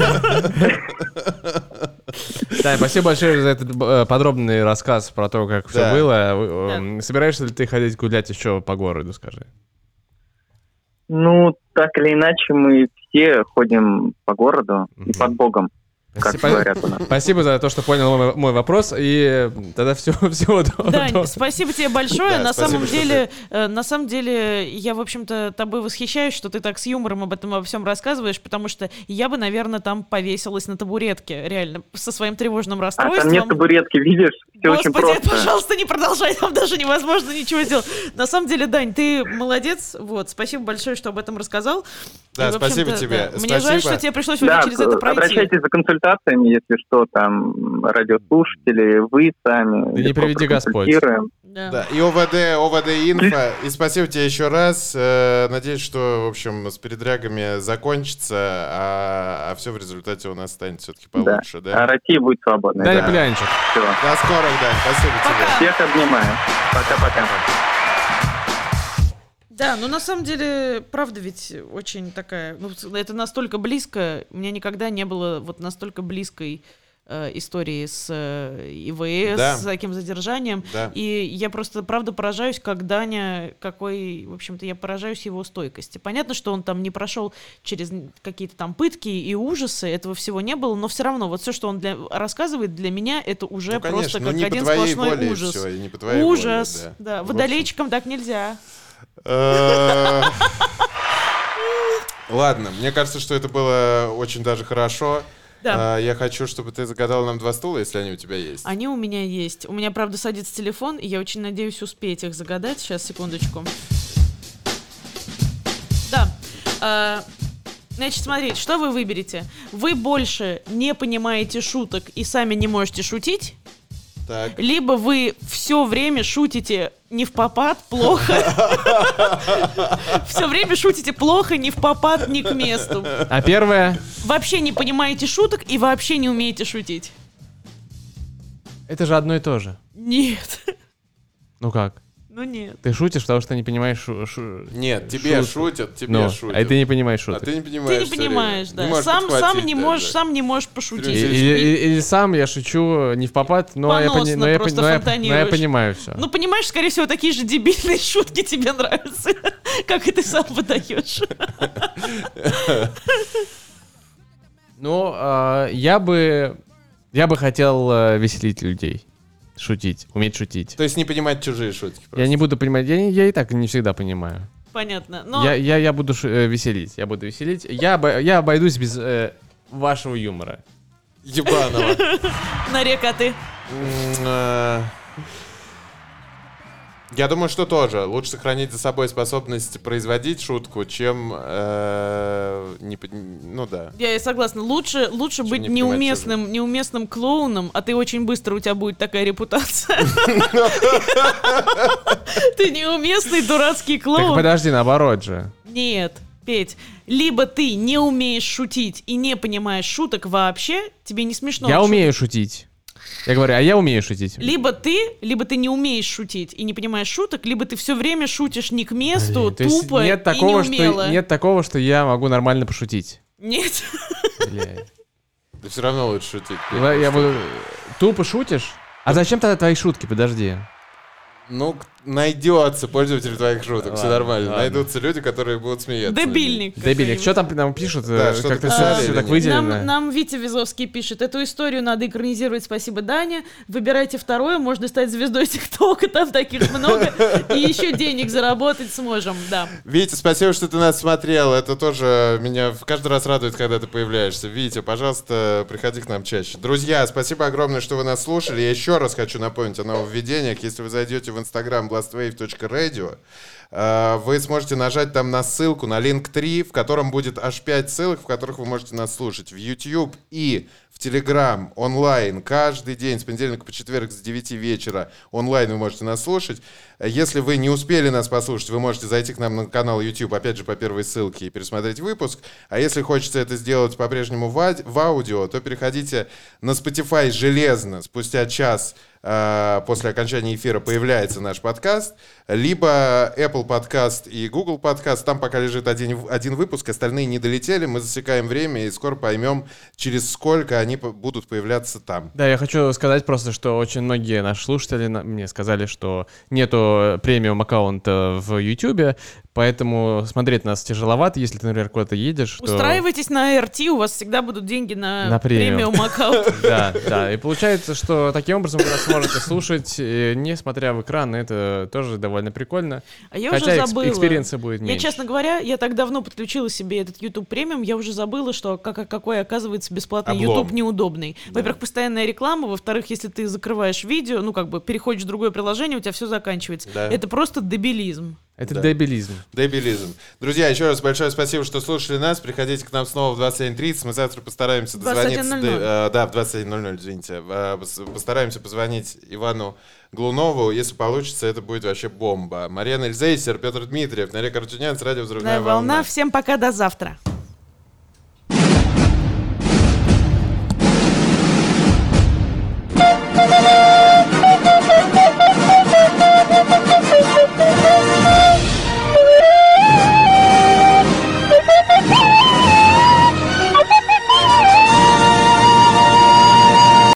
Да, спасибо большое за этот подробный рассказ про то, как все Да. было. Да. Собираешься ли ты ходить гулять еще по городу, скажи? Ну, так или иначе, мы все ходим по городу и под Богом. Как Спасибо, говорят у нас. спасибо за то, что понял мой, мой вопрос, и тогда все, всего доброго. Дань, спасибо тебе большое. Да, на спасибо, самом что деле, э, на самом деле, я, в общем-то, тобой восхищаюсь, что ты так с юмором об этом обо всем рассказываешь, потому что я бы, наверное, там повесилась на табуретке, реально, со своим тревожным А расстройством. там нет табуретки, видишь? Все очень Господи, просто. пожалуйста, не продолжай, там даже невозможно ничего сделать. На самом деле, Дань, ты молодец, вот, спасибо большое, что об этом рассказал. Да, И, в спасибо общем-то, тебе. да, мне жаль, Спасибо. что тебе пришлось Да, уже через это пройти. обращайтесь за консультациями, если что, там, радиослушатели, вы сами. Да не приведи Господь. Да. Да, и ОВД, ОВД инфо. И спасибо тебе еще раз. Э, Надеюсь, что, в общем, с передрягами закончится, а, а все в результате у нас станет все-таки получше, да? А Россия будет свободной. Даня да. Полянчик. Всё. До скорых, Дань. Спасибо тебе. Всех обнимаю. Пока-пока. Да, ну на самом деле, правда ведь очень такая, ну это настолько близко, у меня никогда не было вот настолько близкой э, истории с э, ИВС, Да. с таким задержанием, Да. и я просто правда поражаюсь, как Даня, какой, в общем-то, я поражаюсь его стойкости. Понятно, что он там не прошел через какие-то там пытки и ужасы, этого всего не было, но все равно вот все, что он для, рассказывает, для меня это уже Ну, конечно, просто ну, как не по один твоей сплошной воле и ужас. всё, и не по твоей ужас, воле, да. да. В Водолейчикам так нельзя. Э, Ладно, мне кажется, что это было очень даже хорошо. Да. А, Я хочу, чтобы ты загадал нам два стула, если они у тебя есть. Они у меня есть. У меня, правда, садится телефон, и я очень надеюсь успеть их загадать. Сейчас, секундочку. Да. А, значит, смотрите, что вы выберете? Вы больше не понимаете шуток и сами не можете шутить? Так. Либо вы все время шутите не в попад, плохо. Все время шутите плохо, не в попад, не к месту. А первое? Вообще не понимаете шуток и вообще не умеете шутить. Это же одно и то же. Нет. Ну как? Ну нет. Ты шутишь, потому что не понимаешь шу- шу- Нет, тебе шутку. шутят, тебе Ну, шутят. а ты не понимаешь А шуток. ты не Ты понимаешь. не всё понимаешь, время. да. Не можешь сам, сам подхватить не даже. можешь, сам не можешь пошутить. И- Или, или- или сам я шучу не в попад, но, я, пони- Поносно но, я, просто но, я, но я фонтанируешь. понимаю все. Ну, понимаешь, скорее всего, такие же дебильные шутки тебе нравятся, как и ты сам выдаешь. Ну, а, я бы я бы хотел а, веселить людей, шутить, уметь шутить. То есть не понимать чужие шутки. Я не буду понимать, я, не- я и так не всегда понимаю. Понятно. Но Я, я, я буду шу- э, веселить, я буду веселить. Я, обо- я обойдусь без э, вашего юмора. Ебаного. нарек, ты. М, э, Я думаю, что тоже. Лучше сохранить за собой способность производить шутку, чем... э, не по- Ну да. Я и согласна. Лучше, лучше быть не понимать неуместным, неуместным клоуном, а ты очень быстро, у тебя будет такая репутация. Ты неуместный дурацкий Так клоун. подожди, наоборот же. Нет, Петь, либо ты не умеешь шутить и не понимаешь шуток вообще, тебе не смешно. Я шутить. умею шутить. Я говорю, а я умею шутить. Либо ты, либо ты не умеешь шутить и не понимаешь шуток, либо ты все время шутишь не к месту, То есть тупо нет и такого, неумело. что, нет такого, что я могу нормально пошутить. Нет. Блядь. Да все равно лучше шутить. Я, я буду... Тупо шутишь? А зачем тогда твои шутки? Подожди. Ну, найдется пользователь твоих шуток, Ладно, все нормально. ладно. Найдутся люди, которые будут смеяться. Дебильник. Дебильник. Что там нам пишут? Да, что-то Как-то писали все или так нет? выделено. Нам, нам Витя Визовский пишет: эту историю надо экранизировать, спасибо, Даня. Выбирайте второе, можно стать звездой ТикТока, там таких много. И еще денег заработать сможем, да. Витя, спасибо, что ты нас смотрел. Это тоже меня каждый раз радует, когда ты появляешься. Витя, пожалуйста, приходи к нам чаще. Друзья, спасибо огромное, что вы нас слушали. Я еще раз хочу напомнить о нововведениях. Если вы зайдете в Instagram blastwave точка radio, вы сможете нажать там на ссылку, на линк три, в котором будет аж пять ссылок, в которых вы можете нас слушать. В YouTube и в Telegram онлайн каждый день с понедельника по четверг с девяти вечера онлайн вы можете нас слушать. Если вы не успели нас послушать, вы можете зайти к нам на канал YouTube, опять же, по первой ссылке и пересмотреть выпуск. А если хочется это сделать по-прежнему в, ау- в аудио, то переходите на Spotify железно. Спустя час э, после окончания эфира появляется наш подкаст. Либо Apple подкаст и Google подкаст. Там пока лежит один, один выпуск, остальные не долетели. Мы засекаем время и скоро поймем, через сколько они по- будут появляться там. Да, я хочу сказать просто, что очень многие наши слушатели на- мне сказали, что нету премиум аккаунта в YouTube, поэтому смотреть нас тяжеловато, если ты, например, куда-то едешь. то- Устраивайтесь на эр ти, у вас всегда будут деньги на, На премиум. премиум аккаунт. Да, да. И получается, что таким образом вы нас сможете слушать, э, не смотря в экран. Это тоже довольно прикольно. А я Хотя уже экс- забыла. экспириенса будет Я, меньше. честно говоря, я так давно подключила себе этот YouTube премиум, я уже забыла, что как, какой, оказывается, бесплатный Облом. YouTube неудобный. Во-первых, постоянная реклама, во-вторых, если ты закрываешь видео, ну, как бы переходишь в другое приложение, у тебя все заканчивается. Да. Это просто дебилизм. Это Да. дебилизм. Дебилизм. Друзья, еще раз большое спасибо, что слушали нас. Приходите к нам снова в двадцать один тридцать. Мы завтра постараемся двадцать дозвониться. один ноль ноль. э, да, в двадцать один ноль ноль, извините. Э, пос- постараемся позвонить Ивану Глунову. Если получится, это будет вообще бомба. Марьяна Эльзейсер, Петр Дмитриев, Нарек Артюнян с радио «Взрывная волна. волна». Всем пока, до завтра.